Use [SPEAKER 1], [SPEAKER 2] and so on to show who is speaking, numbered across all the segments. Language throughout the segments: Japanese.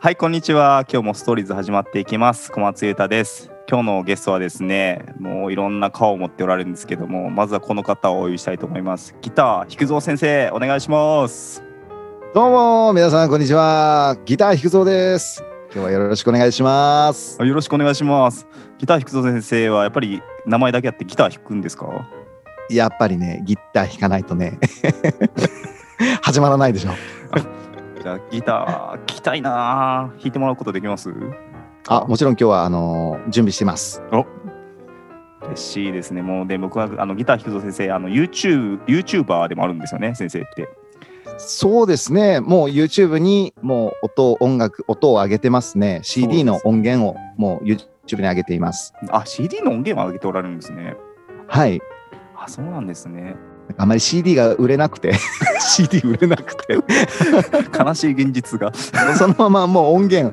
[SPEAKER 1] はい、こんにちは。今日もストーリーズ始まっていきます。小松優太です。今日のゲストはですね、もういろんな顔を持っておられるんですけども、まずはこの方をお呼びしたいと思います。ギター弾くぞ先生、お願いします。
[SPEAKER 2] どうも皆さんこんにちは。ギター弾くぞです。今日はよろしくお願いします。
[SPEAKER 1] よろしくお願いします。ギター弾くぞ先生はやっぱり名前だけあってギター弾くんですか？
[SPEAKER 2] やっぱりね、ギター弾かないとね始まらないでしょ。
[SPEAKER 1] じゃあギター弾きたいな。弾いてもらうことできます？
[SPEAKER 2] もちろん今日は準備してます。
[SPEAKER 1] 嬉しいですね。もうで僕はギター弾くぞ先生YouTuber でもあるんですよね、先生って。
[SPEAKER 2] そうですね。もう YouTube にもう音を上げてますね。CD の音源をもう YouTube に上げています。
[SPEAKER 1] CD の音源を上げておられるんですね。
[SPEAKER 2] はい。
[SPEAKER 1] そうなんですね。
[SPEAKER 2] あまり CD が売れなくてCD 売れなくて
[SPEAKER 1] 悲しい現実が
[SPEAKER 2] そのままもう音源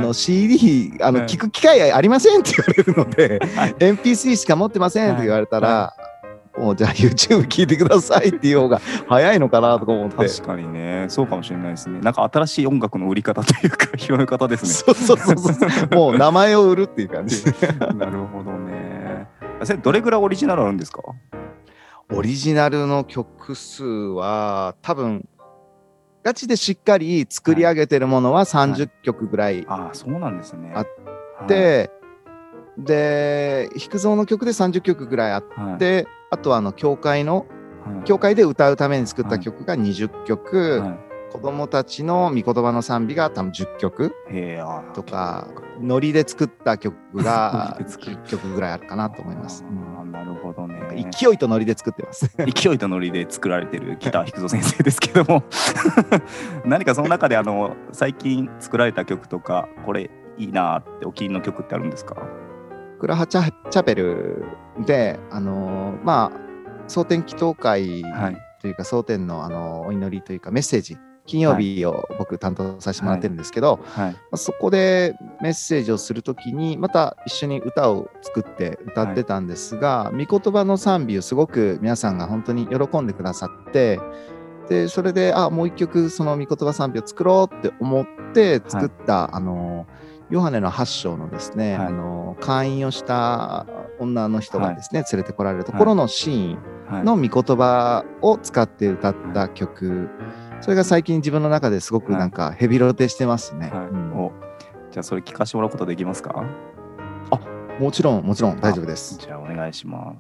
[SPEAKER 2] CD 聞く機会ありませんって言われるので、MP3 しか持ってませんって言われたら、もうじゃあ YouTube 聞いてくださいっていう方が早いのかなとか思って。
[SPEAKER 1] 確かにね、そうかもしれないですね。なんか新しい音楽の売り方というか広め方ですね。
[SPEAKER 2] そうもう名前を売るっていう感じ
[SPEAKER 1] なるほどね。どれぐらいオリジナルあるんですか？
[SPEAKER 2] オリジナルの曲数は多分ガチでしっかり作り上げてるものは30曲ぐらい
[SPEAKER 1] そうなんですね。
[SPEAKER 2] あって、で弾くぞの曲で30曲ぐらいあって、あとは教会で歌うために作った曲が20曲、子供たちの御言葉の賛美が多分10曲とか、ノリで作った曲が10曲ぐらいあるかなと思います。
[SPEAKER 1] なるほどね。
[SPEAKER 2] 勢いとノリで作ってます。
[SPEAKER 1] 勢いとノリで作られてるギター弾くぞ先生ですけども何かその中で最近作られた曲とかこれいいなってお気に入りの曲ってあるんですか？
[SPEAKER 2] クラハチャペルで蒼天祈祷会というか、蒼天のお祈りというかメッセージ、金曜日を僕担当させてもらってるんですけど、そこでメッセージをするときにまた一緒に歌を作って歌ってたんですが、御言葉の賛美をすごく皆さんが本当に喜んでくださって、でそれでもう一曲その御言葉賛美を作ろうって思って作った、ヨハネの8章のですね、会員をした女の人がですね、連れてこられるところのシーンの御言葉を使って歌った曲、それが最近自分の中ですごくなんかヘビロテしてますね。
[SPEAKER 1] じゃあそれ聞かせてもらうことできますか？
[SPEAKER 2] もちろん大丈夫です。
[SPEAKER 1] じゃあお願いします。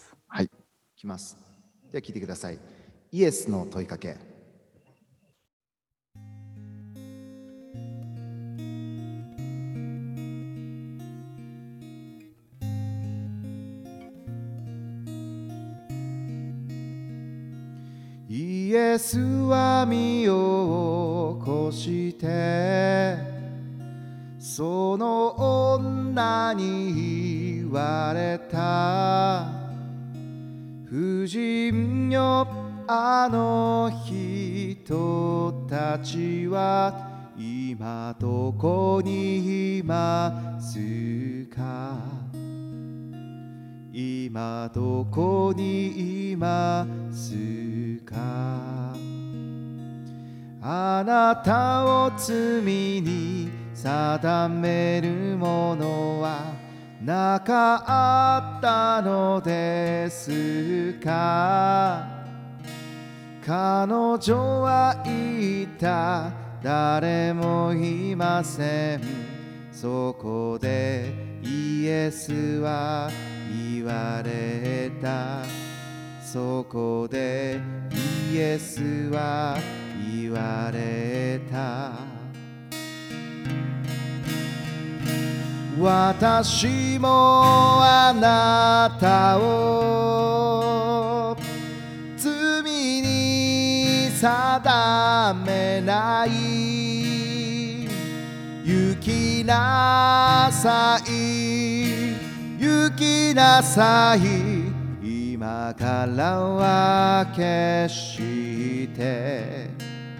[SPEAKER 2] はい、いきます。では聞いてください。イエスの問いかけ。イエスは身を起こしてその女に言われた。婦人よ、あの人たちは今どこにいますか？今どこにいますか？あなたを罪に定めるものはなかったのですか？彼女は言った。誰もいません。そこでイエスは言われた。そこでイエスは言われた。私もあなたを罪に定めない。行きなさい、行きなさい。今からは決して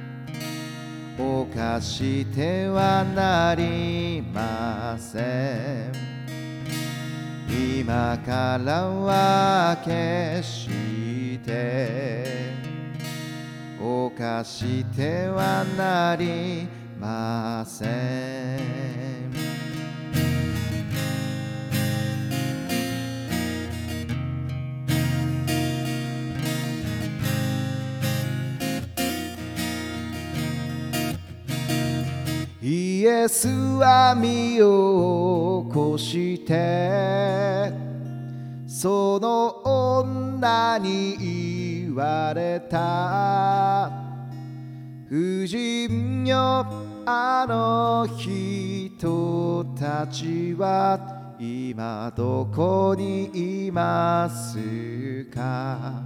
[SPEAKER 2] 犯してはなりません。今からは決して犯してはなりません。 イエスは身を起こしてその女に言われた。婦人よ、あの人たちは今どこにいますか。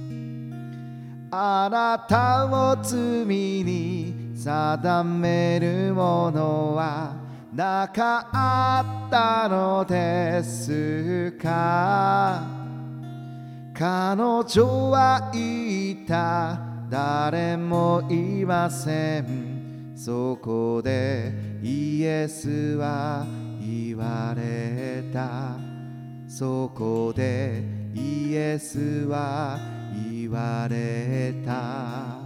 [SPEAKER 2] あなたを罪に定めるものはなかったのですか。彼女は言った。誰もいません。そこでイエスは言われた。そこでイエスは言われた。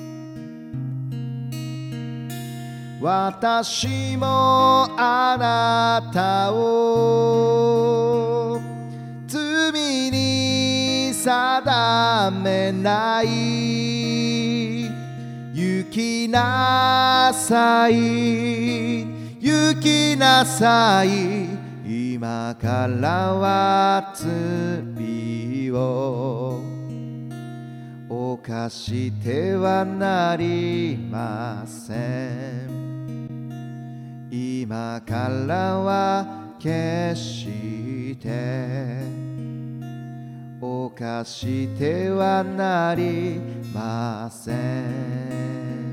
[SPEAKER 2] 私もあなたを罪に定めない。行きなさい、行きなさい。今からは罪を犯してはなりません。今からは決して犯してはなりません。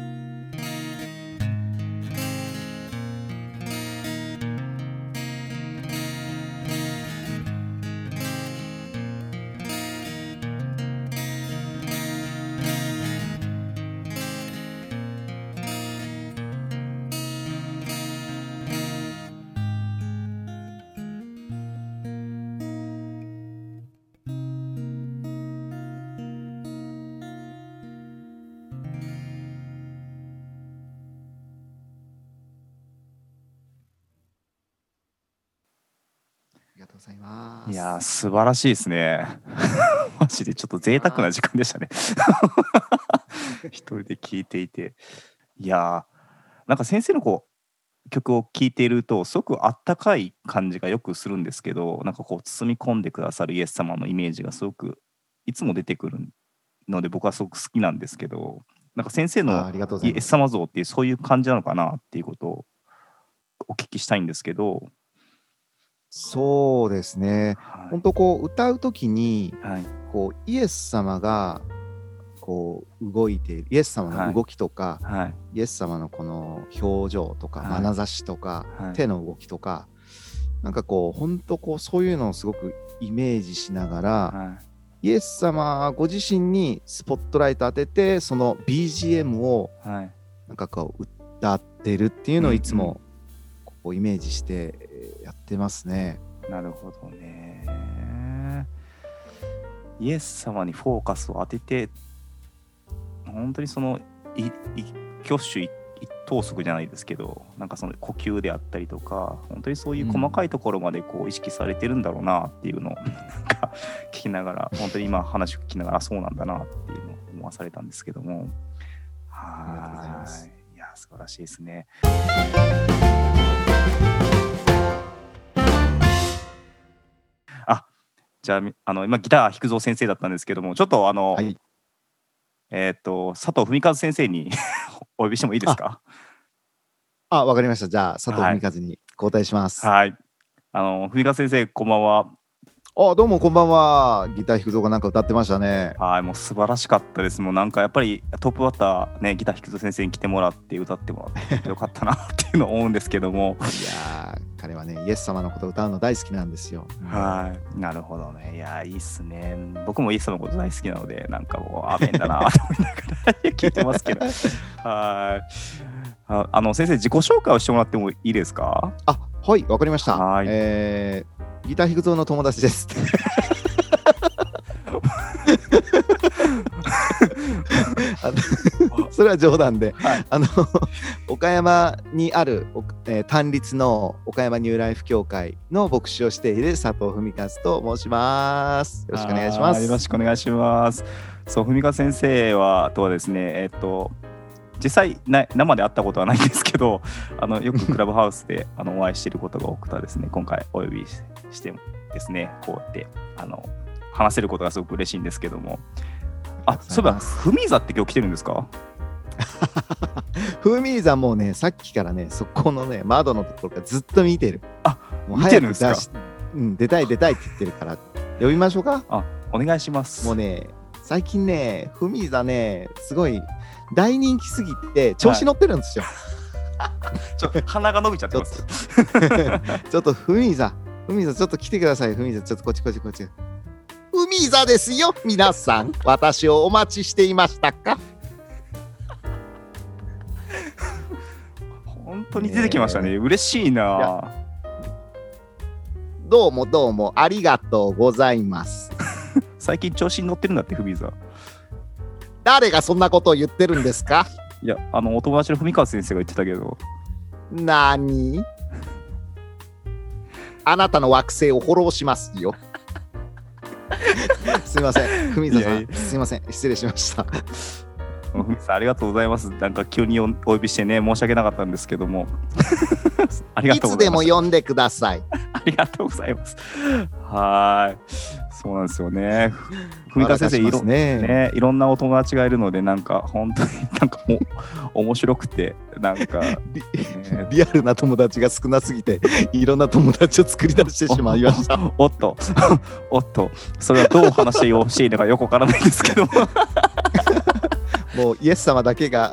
[SPEAKER 2] ありがとうございます。
[SPEAKER 1] いやー、素晴らしいですね。マジでちょっと贅沢な時間でしたね。一人で聴いていて。いやー、なんか先生の曲を聴いているとすごくあったかい感じがよくするんですけど、なんか包み込んでくださるイエス様のイメージがすごくいつも出てくるので、僕はすごく好きなんですけど、なんか先生のイエス様像っていうそういう感じなのかなっていうことをお聞きしたいんですけど。
[SPEAKER 2] そうですね、はい、本当歌うときに、はい、イエス様が動いている、イエス様の動きとか、はい、イエス様のこの表情とか、はい、眼差しとか、はい、手の動きとか、なんか本当そういうのをすごくイメージしながら、はい、イエス様ご自身にスポットライト当てて、その BGM をなんか歌ってるっていうのをいつもイメージしてやってますね。
[SPEAKER 1] なるほどね。イエス様にフォーカスを当てて、本当にその一挙手一投足じゃないですけど、なんかその呼吸であったりとか、本当にそういう細かいところまで意識されてるんだろうなっていうのをなんか聞きながら、本当に今話を聞きながらそうなんだなっていうのを思わされたんですけども。
[SPEAKER 2] ありがとうございます。
[SPEAKER 1] いや、素晴らしいですね。じゃあ今ギター弾くぞ先生だったんですけども、ちょっとはい、佐藤文和先生にお呼びしてもいいですか？
[SPEAKER 2] わかりました。じゃあ佐藤文和に交代します。
[SPEAKER 1] はい。文和先生、こんばんは。
[SPEAKER 2] どうもこんばんは。ギター弾くぞがなんか歌ってましたね。
[SPEAKER 1] はい、もう素晴らしかったです。もうなんかやっぱりトップバッターね、ギター弾くぞ先生に来てもらって歌ってもらってよかったなっていうのを思うんですけども。
[SPEAKER 2] いやー、彼はね、イエス様のことを歌うの大好きなんですよ。
[SPEAKER 1] はい、なるほどね。いや、いいっすね。僕もイエス様のこと大好きなので、なんかもうアーメンだなと思いながら聞いてますけど。はい。先生、自己紹介をしてもらってもいいですか？
[SPEAKER 2] はい、わかりました。はい。ギター弾くぞの友達です。それは冗談で、はい、岡山にある、単立の岡山ニューライフ協会の牧師をしている佐藤文和と申します。よろしくお願いします。
[SPEAKER 1] よろしくお願いします。そう、文和先生とはですね、 実際生で会ったことはないんですけど、よくクラブハウスでお会いしていることが多くてですね、今回お呼びしてですね、こうやって話せることがすごく嬉しいんですけども、そういえばフミーザって今日来てるんですか？
[SPEAKER 2] フミーザもうね、さっきからね、そこのね窓のところからずっと見てる。
[SPEAKER 1] もう見てるんですか？
[SPEAKER 2] 出たいって言ってるから呼びましょうか。
[SPEAKER 1] お願いします。
[SPEAKER 2] もうね、最近ね、フミーザね、すごい大人気すぎて調子乗ってるんですよ。
[SPEAKER 1] 鼻が伸びちゃってます。
[SPEAKER 2] ちょっとフミーザちょっと来てください。フミーザちょっとこっち。フミーザですよ、皆さん。私をお待ちしていましたか？
[SPEAKER 1] 本当に出てきましたね。嬉しいな。
[SPEAKER 2] どうもありがとうございます。
[SPEAKER 1] 最近調子に乗ってるんだって、フミーザ。
[SPEAKER 2] 誰がそんなことを言ってるんですか？
[SPEAKER 1] いや、お友達の文川先生が言ってたけど。
[SPEAKER 2] 何？あなたの惑星をフォローしますよ。すいません、フミーザさん、すいません、失礼しました。
[SPEAKER 1] フミーザさん、ありがとうございます。なんか急にお呼びしてね、申し訳なかったんですけども。ありがとうございます。
[SPEAKER 2] いつでも呼んでください。
[SPEAKER 1] ありがとうございます。そうなんですよね。文川先生、いろんなお友達がいるので、なんか本当になんかもう面白くて、なんか
[SPEAKER 2] リアルな友達が少なすぎて、いろんな友達を作り出してしまいました。
[SPEAKER 1] おっと、それはどう話してほしいのかよくわからないんですけども。
[SPEAKER 2] もうイエス様だけが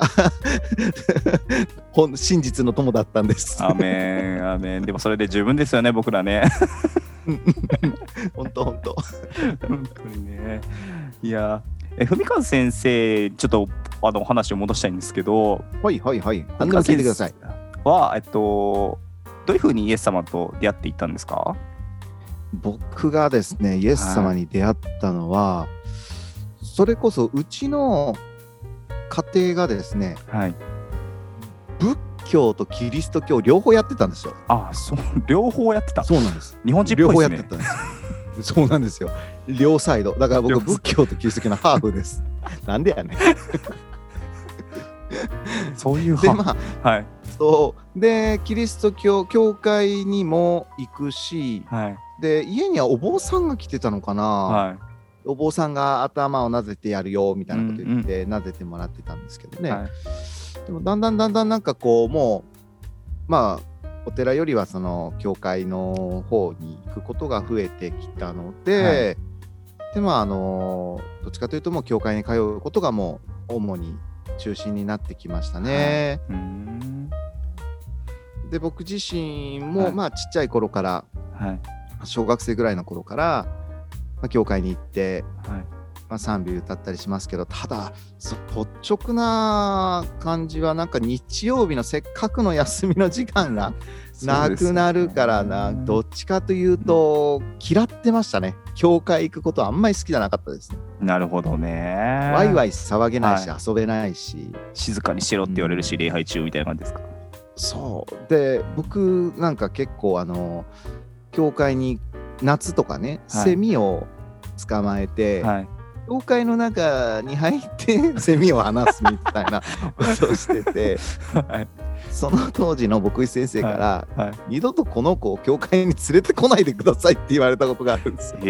[SPEAKER 2] 真実の友だったんです。
[SPEAKER 1] アメン。でもそれで十分ですよね、僕らね。
[SPEAKER 2] 本当
[SPEAKER 1] にね。いや、文川先生、ちょっとお話を戻したいんですけど、
[SPEAKER 2] 何でも聞いてください。
[SPEAKER 1] どういうふうにイエス様と出会っていったんですか？
[SPEAKER 2] 僕がですね、イエス様に出会ったのは、それこそうちの家庭がですね、仏教とキリスト教両方やってたんですよ。
[SPEAKER 1] 両方やってた。
[SPEAKER 2] そうなんです。
[SPEAKER 1] 日本人っぽいですね。
[SPEAKER 2] 両方やってたんです。そうなんですよ。両サイド。だから僕仏教とキリスト教のハーフです。なんでやねん。
[SPEAKER 1] そういう
[SPEAKER 2] でそうでキリスト教教会にも行くし、で家にはお坊さんが来てたのかな。お坊さんが頭をなでてやるよみたいなこと言って、なでてもらってたんですけどね。でもだんだんなんかこうもうお寺よりはその教会の方に行くことが増えてきたので、でどっちかというともう教会に通うことがもう主に中心になってきましたね。で僕自身もちっちゃい頃から、小学生ぐらいの頃から教会に行って、賛美歌ったりしますけど、ただ率直な感じはなんか日曜日のせっかくの休みの時間がなくなるからな、どっちかというと嫌ってましたね。教会行くことはあんまり好きじゃなかったですね。
[SPEAKER 1] なるほどね。
[SPEAKER 2] ワイワイ騒げないし、遊べないし、
[SPEAKER 1] 静かにしろって言われるし、礼拝中みたいな感じですか？
[SPEAKER 2] そうで僕なんか結構教会に夏とかね、セミを捕まえて、教会の中に入ってセミを放すみたいなことをしてて、その当時の牧師先生から、二度とこの子を教会に連れてこないでくださいって言われたことがあるんですよ。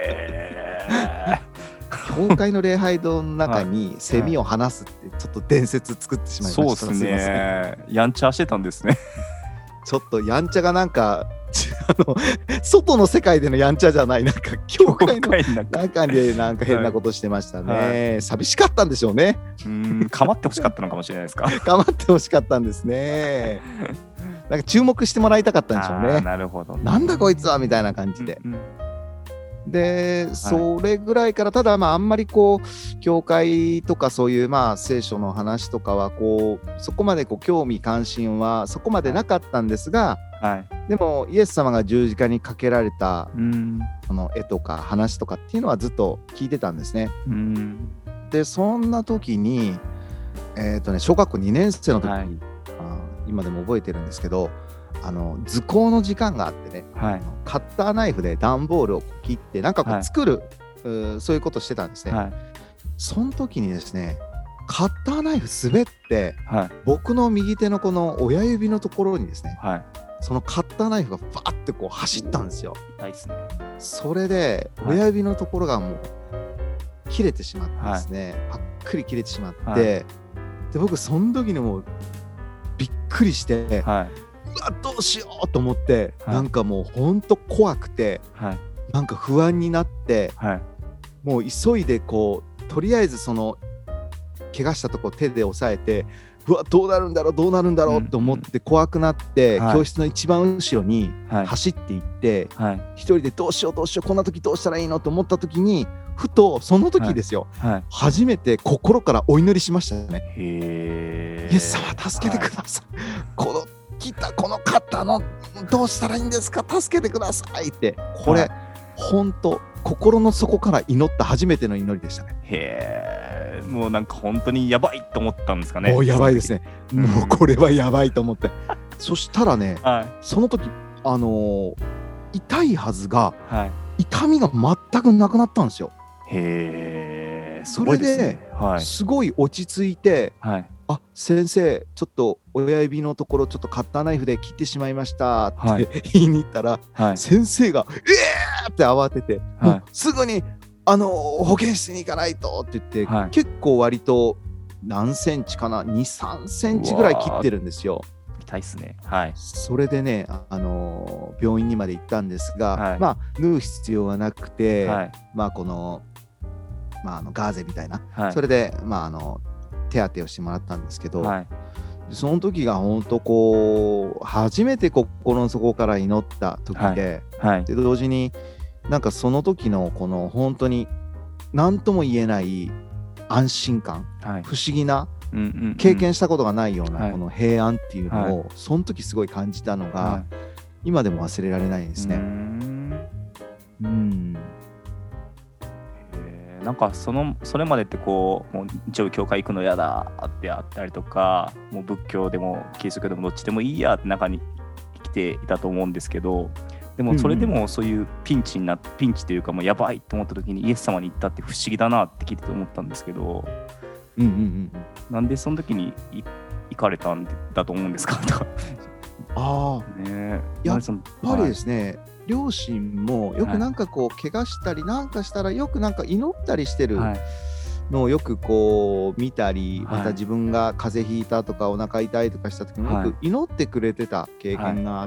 [SPEAKER 2] 教会の礼拝堂の中にセミを放すってちょっと伝説作ってしまいました。
[SPEAKER 1] そうですね。やんちゃしてたんですね。
[SPEAKER 2] ちょっとやんちゃがなんか外の世界でのやんちゃじゃない、なんか教会の中でなんか変なことしてましたね。寂しかったんでしょうね。
[SPEAKER 1] 構ってほしかったのかもしれないですか？
[SPEAKER 2] 構ってほしかったんですね。なんか注目してもらいたかったんでしょうね。
[SPEAKER 1] なるほど。
[SPEAKER 2] なんだこいつはみたいな感じで。でそれぐらいから、ただあんまりこう教会とかそういう聖書の話とかはそこまで興味関心はそこまでなかったんですが、でもイエス様が十字架にかけられたその絵とか話とかっていうのはずっと聞いてたんですね。でそんな時に小学校2年生の時に、今でも覚えてるんですけど、図工の時間があってね、カッターナイフで段ボールを切ってなんか作る、そういうことしてたんですね。その時にですね、 カッターナイフ滑って、
[SPEAKER 1] はい
[SPEAKER 2] 僕の右手のこの親指のところにですね、
[SPEAKER 1] はい。
[SPEAKER 2] そのカッターナイフがバーってこう走ったんですよ。
[SPEAKER 1] 痛いっすね。
[SPEAKER 2] それで
[SPEAKER 1] はい
[SPEAKER 2] 親指のところがもう切れてしまってですね、パックリ切れてしまって、
[SPEAKER 1] はい
[SPEAKER 2] で僕その時にもうびっくりして、
[SPEAKER 1] はい。
[SPEAKER 2] うわどうしようと思って、
[SPEAKER 1] はい
[SPEAKER 2] なんかもうほんと怖くて、
[SPEAKER 1] はい。
[SPEAKER 2] なんか不安になって、
[SPEAKER 1] はい。
[SPEAKER 2] もう急いでこうとりあえずその怪我したとこ手で押さえて、うわどうなるんだろうと思って怖くなって、
[SPEAKER 1] はい
[SPEAKER 2] 教室の一番後ろに
[SPEAKER 1] はい。
[SPEAKER 2] 走っていって、
[SPEAKER 1] はい。
[SPEAKER 2] 一人でどうしようこんな時どうしたらいいのと思った時に、ふとその時ですよ、
[SPEAKER 1] はい。
[SPEAKER 2] 初めて心からお祈りしましたね。
[SPEAKER 1] へ
[SPEAKER 2] イエス様助けてください、この切ったこのカッターのどうしたらいいんですか、助けてくださいって、これ、
[SPEAKER 1] はい
[SPEAKER 2] ほんと心の底から祈った初めての祈りでしたね。
[SPEAKER 1] へえ。もうなんか本当にやばいと思ったんですかね。
[SPEAKER 2] もうやばいですね、
[SPEAKER 1] うん
[SPEAKER 2] もうこれはやばいと思ってそしたらね、
[SPEAKER 1] はい。
[SPEAKER 2] その時痛いはずが
[SPEAKER 1] はい。
[SPEAKER 2] 痛みが全くなくなったんですよ。
[SPEAKER 1] へえ。すごいですね。はい。
[SPEAKER 2] すごい落ち着いて、
[SPEAKER 1] はい。
[SPEAKER 2] あ先生ちょっと親指のところちょっとカッターナイフで切ってしまいましたって、
[SPEAKER 1] はい
[SPEAKER 2] 言いに行ったら、
[SPEAKER 1] はい。
[SPEAKER 2] 先生がって慌てて、
[SPEAKER 1] はい
[SPEAKER 2] もうすぐに保健室に行かないとって言って、
[SPEAKER 1] はい
[SPEAKER 2] 結構割と何センチかな、2、3センチぐらい切ってるんですよ。
[SPEAKER 1] 痛いっすね。はい。
[SPEAKER 2] それでね、病院にまで行ったんですが、
[SPEAKER 1] はい
[SPEAKER 2] まあ縫う必要はなくて、
[SPEAKER 1] はい。
[SPEAKER 2] まあこの、ガーゼみたいな、
[SPEAKER 1] はい。
[SPEAKER 2] それで手当てをしてもらったんですけど、
[SPEAKER 1] はい。
[SPEAKER 2] その時が本当こう初めて心の底から祈った時で、
[SPEAKER 1] はい。
[SPEAKER 2] で同時になんかその時のこの本当に何とも言えない安心感、
[SPEAKER 1] はい。
[SPEAKER 2] 不思議な
[SPEAKER 1] うんうんうん。
[SPEAKER 2] 経験したことがないよう
[SPEAKER 1] は
[SPEAKER 2] ないこの平安っていうのをその時すごい感じたの
[SPEAKER 1] は
[SPEAKER 2] が今でも忘れられないです
[SPEAKER 1] い。うー
[SPEAKER 2] ね。
[SPEAKER 1] ん。
[SPEAKER 2] うん
[SPEAKER 1] なんかそれまでってこうもう一応教会行くの嫌だってあったりとか、もう仏教でもキリスト教でもどっちでもいいやって中に生きていたと思うんですけど、でもそれでもそういうピンチというかもうやばいと思った時にイエス様に行ったって不思議だなって聞いてて思ったんですけど、なんでその時に行かれたんだと思うんですかとか。
[SPEAKER 2] ああ
[SPEAKER 1] ね、
[SPEAKER 2] やっぱりですね、両親もよくなんかこう怪我したりなんかしたらよくなんか祈ったりしてるのをよくこう見たり、また自分が風邪ひいたとかお腹痛いとかした時もよく祈ってくれてた経験があって、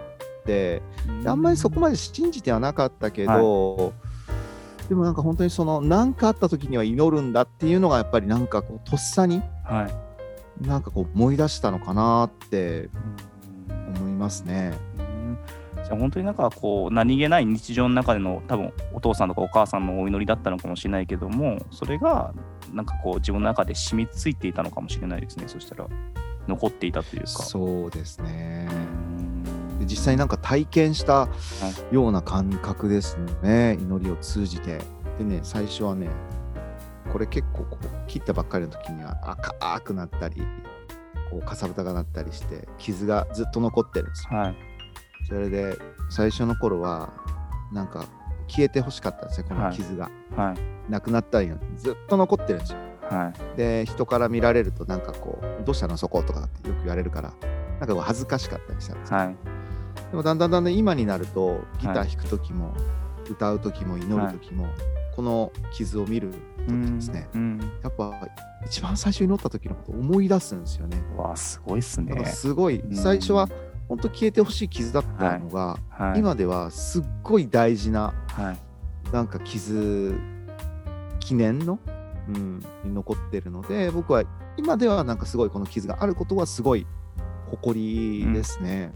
[SPEAKER 2] あんまりそこまで信じてはなかったけど、でもなんか本当にその何かあった時には祈るんだっていうのがやっぱりなんかこうとっさになんかこう思い出したのかなって思いますね。
[SPEAKER 1] じゃあ本当になんかこう何気ない日常の中での多分お父さんとかお母さんのお祈りだったのかもしれないけども、それがなんかこう自分の中で染みついていたのかもしれないですね。そしたら残っていたというか。
[SPEAKER 2] そうですね。で実際なんか体験したような感覚ですね、祈りを通じて。でね、最初はねこれ結構こう切ったばっかりの時には赤くなったりこうかさぶたがなったりして傷がずっと残ってるんですよ。それで最初の頃はなんか消えてほしかったんですね、この傷が、なくなったりずっと残ってるんですよ。で人から見られるとなんかこうどうしたのそことかってよく言われるからなんかこう恥ずかしかったりしたんですよ。でもだんだん今になるとギター弾く時も、歌う時も祈る時も、この傷を見る時ですね、やっぱ一番最初に祈った時のことを思い出すんですよね。
[SPEAKER 1] わすごいっすね。
[SPEAKER 2] だからすごい最初は本当消えてほしい傷だったのが、今ではすっごい大事な、なんか傷記念の、に残ってるので、僕は今ではなんかすごいこの傷があることはすごい誇りですね。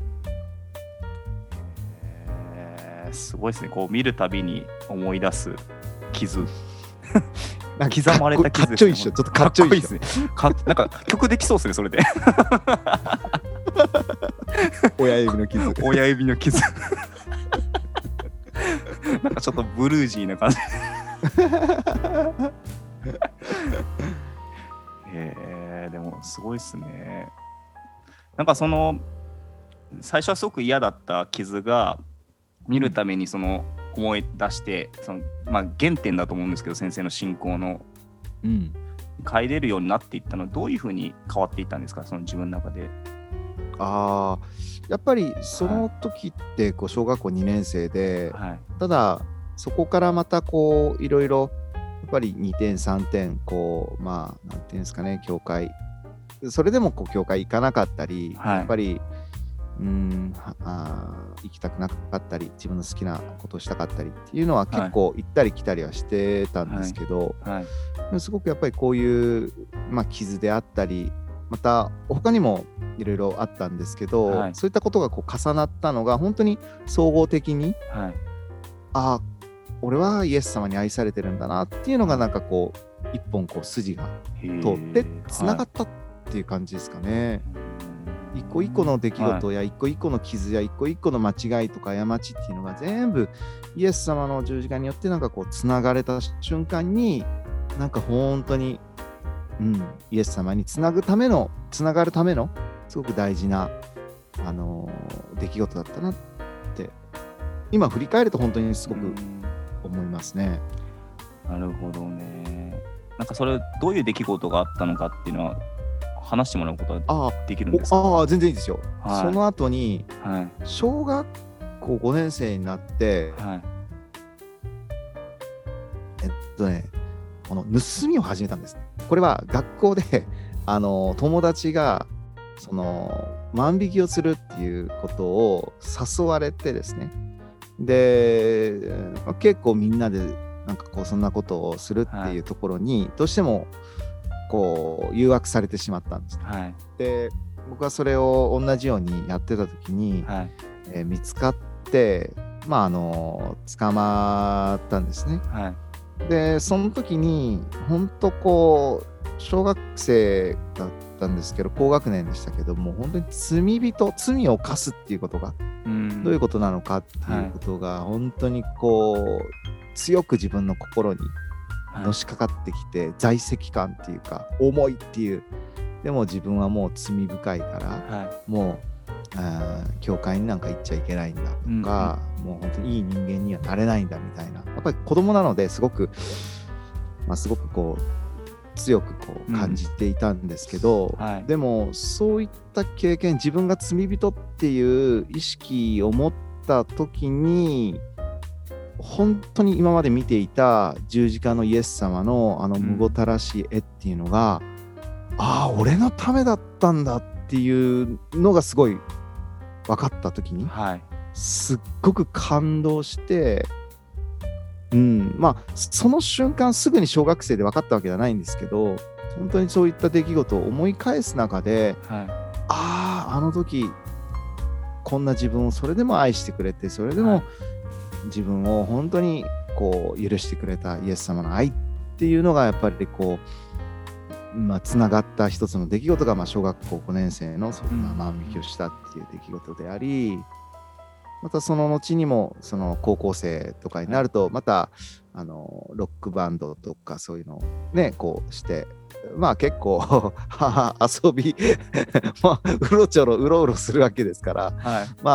[SPEAKER 1] すごいですね。こう見るたびに思い出す傷。
[SPEAKER 2] なんか
[SPEAKER 1] 刻まれた傷
[SPEAKER 2] かっちょいいっしょ。ちょっとかっちょいいですね。
[SPEAKER 1] なんか曲できそうですね、それで。
[SPEAKER 2] 親指の傷。
[SPEAKER 1] 親指の傷。なんかちょっとブルージーな感じ。でもすごいっすね。なんかその最初はすごく嫌だった傷が見るためにその思い出してその、原点だと思うんですけど、先生の信仰の、 帰れるようになっていったのはどういうふうに変わっていったんですか、その自分の中で。
[SPEAKER 2] やっぱりその時ってこう小学校2年生で、ただそこからまたこういろいろやっぱり2点3点こうなんていうんですかね、教会それでもこう教会行かなかったり、やっぱり行きたくなかったり自分の好きなことをしたかったりっていうのは結構行ったり来たりはしてたんですけど、すごくやっぱりこういう、傷であったりまた他にもいろいろあったんですけど、そういったことがこう重なったのが本当に総合的に、俺はイエス様に愛されてるんだなっていうのがなんかこう一本こう筋が通ってつながったっていう感じですかね。一個一個の出来事や一個一個の傷や一個一個の間違いとか過ちっていうのが全部イエス様の十字架によってなんかこうつながれた瞬間になんか本当に、イエス様につながるためのすごく大事な、出来事だったなって今振り返ると本当にすごく思いますね。
[SPEAKER 1] なるほどね。なんかそれどういう出来事があったのかっていうのは話してもらうことはできるんですか？
[SPEAKER 2] 全然いいですよ。その後に、小学校5年生になって、この盗みを始めたんです。これは学校で友達がその万引きをするっていうことを誘われてですね、で結構みんなでなんかこうそんなことをするっていうところにどうしてもこう誘惑されてしまったんです。で僕はそれを同じようにやってた時に、見つかって捕まったんですね。でその時に本当こう小学生だったんですけど高学年でしたけども本当に罪を犯すっていうことがどういうことなのかっていうことが本当にこう強く自分の心にのしかかってきて、在籍感っていうか重いっていう、でも自分はもう罪深いから、もう教会になんか行っちゃいけないんだとか、もう本当にいい人間にはなれないんだみたいな、やっぱり子供なのですごくこう強くこう感じていたんですけど、でもそういった経験、自分が罪人っていう意識を持った時に本当に今まで見ていた十字架のイエス様のむごたらしい絵っていうのが、俺のためだったんだっていうのがすごい分かった時に、すっごく感動して、その瞬間すぐに小学生で分かったわけじゃないんですけど、本当にそういった出来事を思い返す中で、あの時こんな自分をそれでも愛してくれて、それでも自分を本当にこう許してくれたイエス様の愛っていうのがやっぱりこうつながった一つの出来事が小学校5年生の万引きをしたっていう出来事であり、またその後にもその高校生とかになるとまたロックバンドとかそういうのをねこうして結構遊びうろうろするわけですから、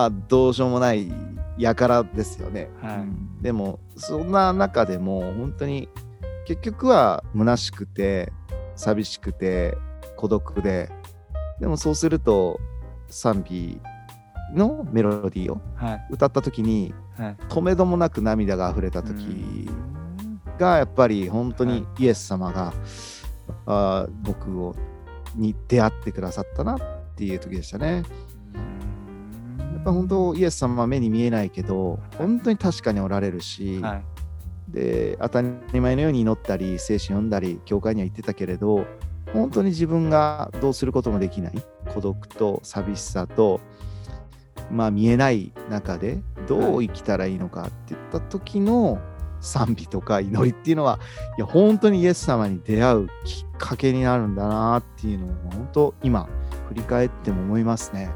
[SPEAKER 2] どうしようもない輩ですよね。でもそんな中でも本当に結局は虚しくて寂しくて孤独で、でもそうすると賛美のメロディーを歌った時に、止めどもなく涙が溢れた時がやっぱり本当にイエス様が、僕に出会ってくださったなっていう時でしたね。やっぱ本当イエス様は目に見えないけど本当に確かにおられるし、で当たり前のように祈ったり聖書読んだり教会には行ってたけれど、本当に自分がどうすることもできない孤独と寂しさと見えない中でどう生きたらいいのかっていった時の賛美とか祈りっていうのは、いや本当にイエス様に出会うきっかけになるんだなっていうのを本当今振り返っても思いますね。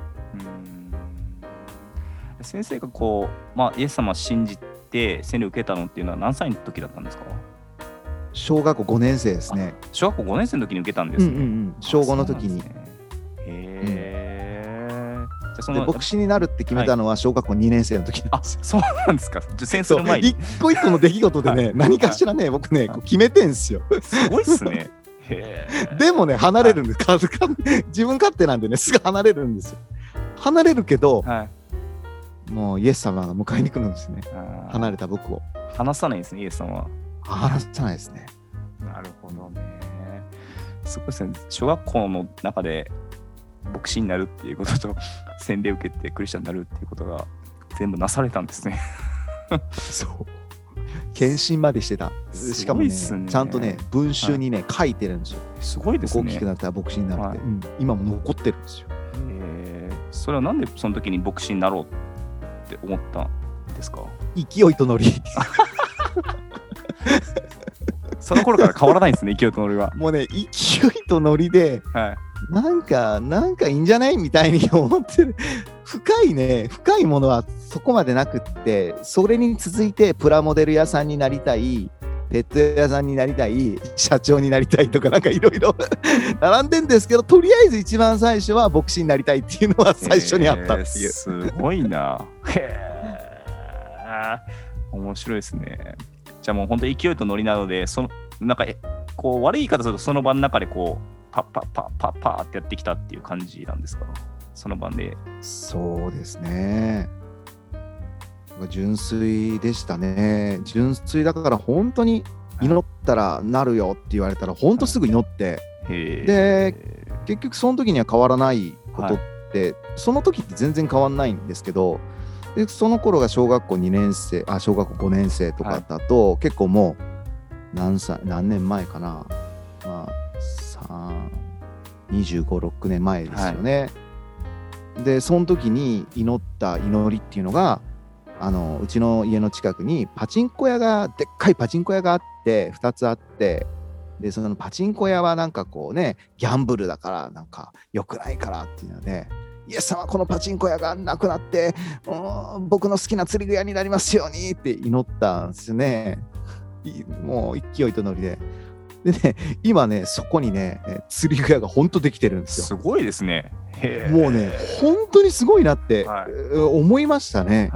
[SPEAKER 1] 先生がこう、イエス様を信じて洗礼を受けたのっていうのは何歳の時だったんですか？
[SPEAKER 2] 小学校5年生ですね。
[SPEAKER 1] 小学校5年生の時に受けたんですね。
[SPEAKER 2] 小5の時に。で牧師になるって決めたのは小学校2年生の時なんです。
[SPEAKER 1] そうなんですか。受洗する前に
[SPEAKER 2] 一個一個の出来事でね、何かしらね僕ねこう決めてんすよ。
[SPEAKER 1] すごいっすね。
[SPEAKER 2] でもね離れるんです、自分勝手なんでねすぐ離れるんですよ。離れるけど、もうイエス様が迎えに来るんですね。離れた僕を
[SPEAKER 1] 離さないんですね、イエス様は。
[SPEAKER 2] 離さないですね。
[SPEAKER 1] なるほどね。すごいですね。小学校の中で牧師になるっていうことと洗礼を受けてクリスチャンになるっていうことが全部なされたんですね。
[SPEAKER 2] そう献身までしてた。しかもねちゃんとね文集にね、書いてるんですよ。
[SPEAKER 1] すごいですね。
[SPEAKER 2] 大きくなったら牧師になるって、今も残ってるんですよ。
[SPEAKER 1] それはなんでその時に牧師になろうって思ったんですか？
[SPEAKER 2] 勢いとノリ。
[SPEAKER 1] その頃から変わらないんですね、勢いとノリは。
[SPEAKER 2] もうね、勢いとノリで、なんかいいんじゃないみたいに思ってる。深いものはそこまでなくって、それに続いてプラモデル屋さんになりたい、ペット屋さんになりたい、社長になりたいとかなんかいろいろ並んでんですけど、とりあえず一番最初は牧師になりたいっていうのは最初にあったっていう。
[SPEAKER 1] すごいな。面白いですね。じゃあもう本当に勢いとノリなので、なんかこう悪い言い方するとその場の中でこうパッパッパッパッパッってやってきたっていう感じなんですか？その場で。
[SPEAKER 2] そうですね。純粋でしたね。純粋だから本当に祈ったらなるよって言われたら本当すぐ祈って、で結局その時には変わらないことって、その時って全然変わらないんですけど、でその頃が小学校2年生小学校5年生とかだと、結構もう何年前かな、25、6年前ですよね。でその時に祈った祈りっていうのが、うちの家の近くにでっかいパチンコ屋があって2つあって、でそのパチンコ屋はなんかこうねギャンブルだからなんか良くないからっていうので、イエス様このパチンコ屋がなくなって僕の好きな釣り具屋になりますようにって祈ったんですよね。もう勢いとノリで。でね、今ねそこにね釣り具屋が本当できてるんですよ。
[SPEAKER 1] すごいですね。
[SPEAKER 2] もうね本当にすごいなって、思いましたね。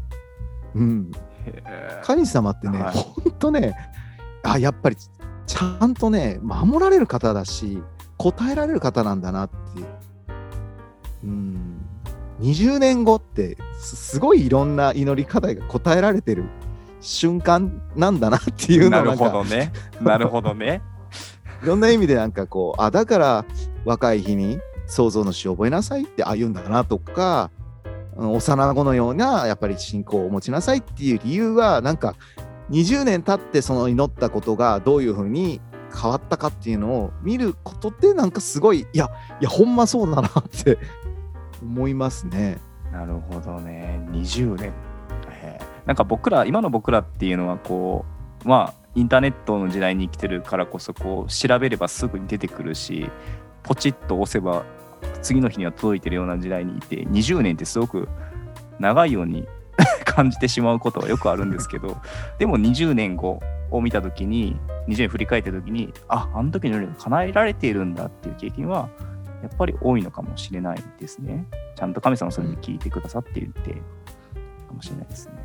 [SPEAKER 2] 神様ってね、本当ねやっぱりちゃんとね守られる方だし答えられる方なんだなっていう。20年後ってすごいいろんな祈り課題が答えられてる瞬間なんだなっていうのをなるほどね。
[SPEAKER 1] なるほどね。
[SPEAKER 2] いろんな意味でなんかこうだから若い日に創造の詩を覚えなさいって言うんだなとか、幼子のようなやっぱり信仰を持ちなさいっていう理由はなんか20年経ってその祈ったことがどういうふうに変わったかっていうのを見ることってなんかすごいいやほんまそうだなって思いますね。
[SPEAKER 1] なるほどね。20年。なんか今の僕らっていうのはこうインターネットの時代に生きてるからこそこう調べればすぐに出てくるし、ポチッと押せば次の日には届いてるような時代にいて、20年ってすごく長いように感じてしまうことはよくあるんですけど、でも20年後を見た時に20年振り返った時にあの時のように叶えられているんだっていう経験はやっぱり多いのかもしれないですね。ちゃんと神様それに聞いてくださっているってかもしれないですね。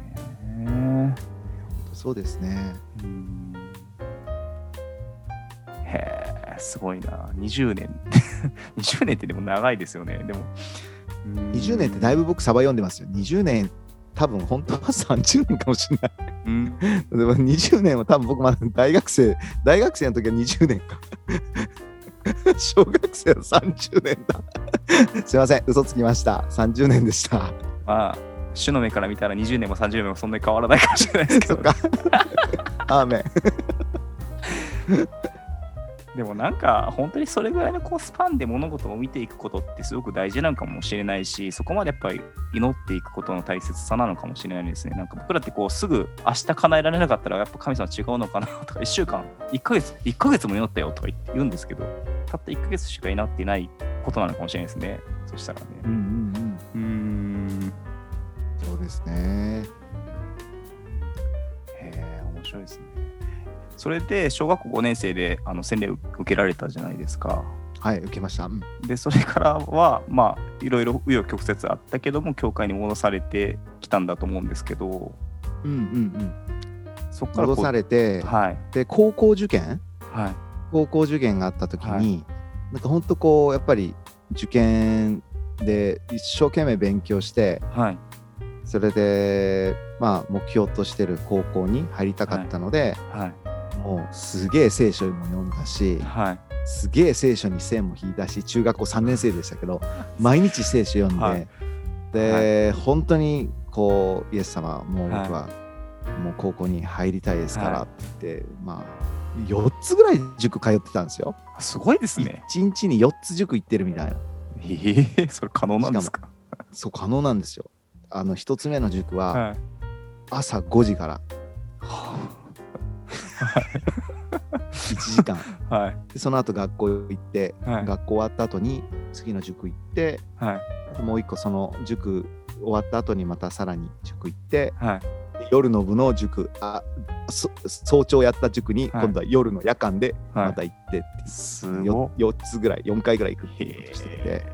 [SPEAKER 2] そうですね。
[SPEAKER 1] すごいな。20年20年ってでも長いですよね。でも
[SPEAKER 2] 20年ってだいぶ僕サバ読んでますよ。20年多分本当は30年かもしれない。でも20年は多分僕まだ大学生の時は20年か小学生は30年だすいません、嘘つきました。30年でした。
[SPEAKER 1] 主の目から見たら20年も30年もそんなに変わらないかもしれないですけど、
[SPEAKER 2] アーメン
[SPEAKER 1] でもなんか本当にそれぐらいのスパンで物事を見ていくことってすごく大事なのかもしれないし、そこまでやっぱり祈っていくことの大切さなのかもしれないですね。なんか僕らってすぐ明日叶えられなかったらやっぱ神様違うのかなとか、1週間1ヶ月も祈ったよとか言うんですけど、たった1ヶ月しか祈っていないことなのかもしれないですね。そしたらね。
[SPEAKER 2] そうですね。
[SPEAKER 1] 面白いですね。それで小学校5年生で洗礼を受けられたじゃないですか。
[SPEAKER 2] はい、受けました。
[SPEAKER 1] でそれからはいろいろ紆余曲折あったけども教会に戻されてきたんだと思うんですけど、
[SPEAKER 2] そこから戻されて、で高校受験高校受験があった時に、なんか本当こうやっぱり受験で一生懸命勉強して、それでまあ目標としてる高校に入りたかったので、もうすげえ聖書も読んだし、すげえ聖書に線も引いたし、中学校3年生でしたけど毎日聖書読んで、で本当にこうイエス様もう僕はもう高校に入りたいですからって言って、まあ4つぐらい塾通ってたんですよ。
[SPEAKER 1] すごいですね。
[SPEAKER 2] 1日に4つ塾行ってるみたいな。
[SPEAKER 1] それ可能なんですか？
[SPEAKER 2] そう、可能なんですよ。1つ目の塾は朝5時から1時間、でその後学校行って、学校終わった後に次の塾行って、もう一個その塾終わった後にまたさらに塾行って、夜の部の塾、早朝やった塾に今度は夜の夜間でまた行ってって、4つぐらい4回ぐらい行くっていうことしてて、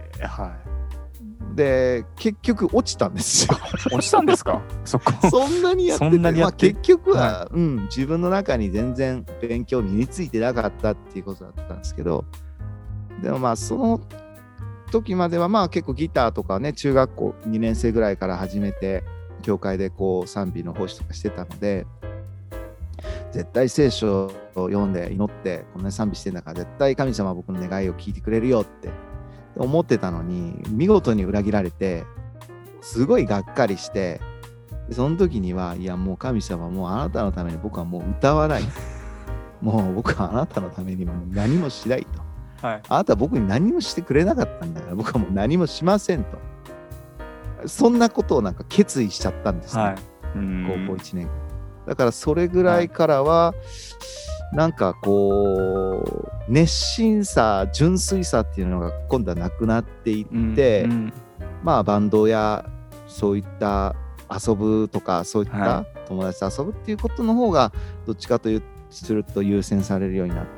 [SPEAKER 2] で結局落ちたんですよ。
[SPEAKER 1] 落ちたんですか？そ
[SPEAKER 2] んなにやってて、まあ、結局は、自分の中に全然勉強身についてなかったっていうことだったんですけど、でもまあその時まではまあ結構ギターとかね、中学校2年生ぐらいから始めて教会でこう賛美の奉仕とかしてたので、絶対聖書を読んで祈ってこんなに賛美してんだから絶対神様は僕の願いを聞いてくれるよって思ってたのに、見事に裏切られてすごいがっかりして、その時にはいやもう神様、もうあなたのために僕はもう歌わない、もう僕はあなたのためにも何もしないと、あなたは僕に何もしてくれなかったんだから僕はもう何もしませんと、そんなことをなんか決意しちゃったんですね、高校1年。だからそれぐらいからは、なんかこう熱心さ、純粋さっていうのが今度はなくなっていって、まあバンドやそういった遊ぶとか、そういった友達と遊ぶっていうことの方がどっちかというすると優先されるようになって、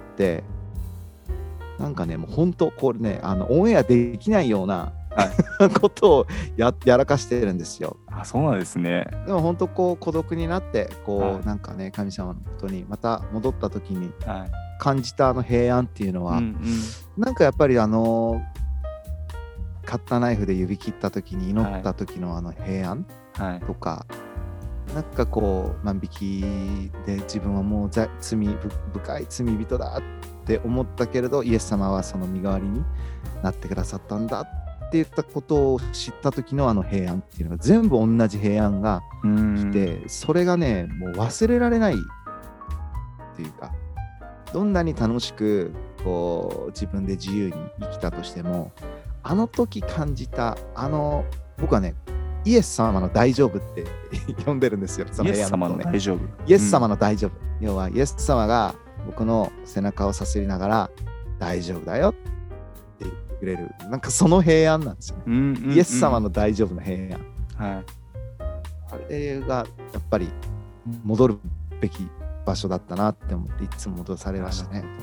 [SPEAKER 2] なんかね、もう本当これね、オンエアできないようなことをやらかしてるんですよ。
[SPEAKER 1] そうなんですね。
[SPEAKER 2] でも本当こう孤独になってこう、なんかね、神様のことにまた戻った時に感じた平安っていうのは、なんかやっぱりカッターナイフで指切った時に祈った時の平安とか、なんかこう万引きで自分はもう深い罪人だって思ったけれど、イエス様はその身代わりになってくださったんだって言ったことを知った時の平安っていうのが全部同じ平安が来て、それがねもう忘れられないっていうか、どんなに楽しくこう自分で自由に生きたとしても、あの時感じた僕はねイエス様の大丈夫って呼んでるんですよ。その平安のことね、イエス様の大丈夫。イエス様の大丈夫、要はイエス様が僕の背中をさすりながら大丈夫だよって言ってくれる、なんかその平安なんですよね、イエス様の大丈夫の平安、あれがやっぱり戻るべき場所だったなって思って、いつも戻されましたね。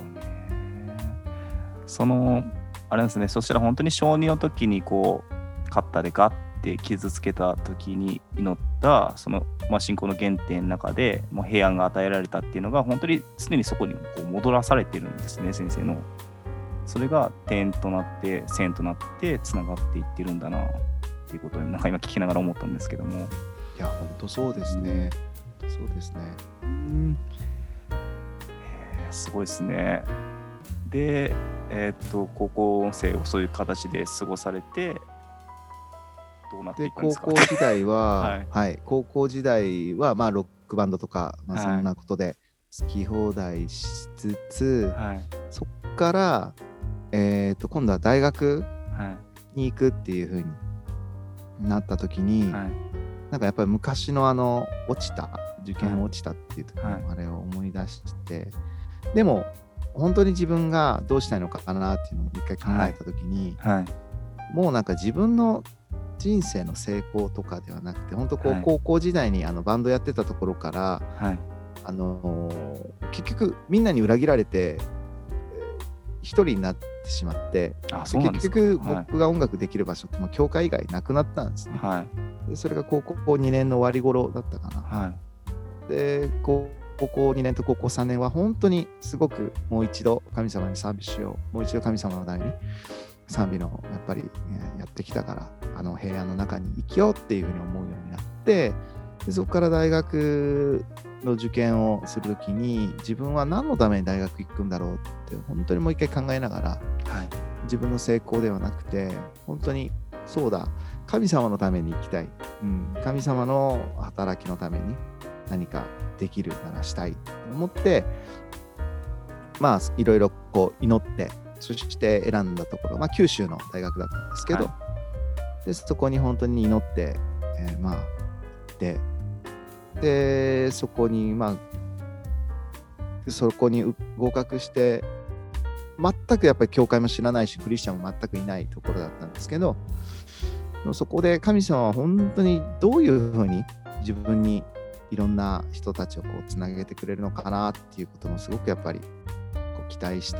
[SPEAKER 1] そのあれですね、そしたら本当に小2の時にこうカッターでガッて傷つけた時に祈ったその、信仰の原点の中でもう平安が与えられたっていうのが本当に常にそこにこう戻らされてるんですね、先生の。それが点となって線となってつながっていってるんだなっていうことをなんか今聞きながら思ったんですけども。
[SPEAKER 2] いや本当そうですね、そうですね。
[SPEAKER 1] すごいですね。で、高校生をそういう形で過ごされてどうなっていくんですか？
[SPEAKER 2] 高校時代は、高校時代はまあロックバンドとか、そんなことで好き放題しつつ、そっから今度は大学に行くっていう風になった時に、なんかやっぱり昔の受験落ちたっていう時のあれを思い出して、でも本当に自分がどうしたいのかなっていうのを一回考えた時に、もうなんか自分の人生の成功とかではなくて、本当こう高校時代にバンドやってたところから、結局みんなに裏切られて一人になってしまって、結局僕が音楽できる場所って教会以外なくなったんですね。でそれが高校2年の終わり頃だったかな。で高高校2年と高校3年は本当にすごくもう一度神様に賛美しよう、もう一度神様のために賛美のやっぱり、やってきたから、平安の中に生きようっていうふうに思うようになって、でそこから大学の受験をするときに自分は何のために大学行くんだろうって本当にもう一回考えながら、自分の成功ではなくて本当にそうだ、神様のために生きたい、神様の働きのために何かできるならしたいと思って、まあいろいろこう祈って、そして選んだところ、九州の大学だったんですけど、でそこに本当に祈って、でそこに合格して、全くやっぱり教会も知らないしクリスチャンも全くいないところだったんですけど、そこで神様は本当にどういうふうに自分にいろんな人たちをこうつなげてくれるのかなっていうこともすごくやっぱりこう期待して、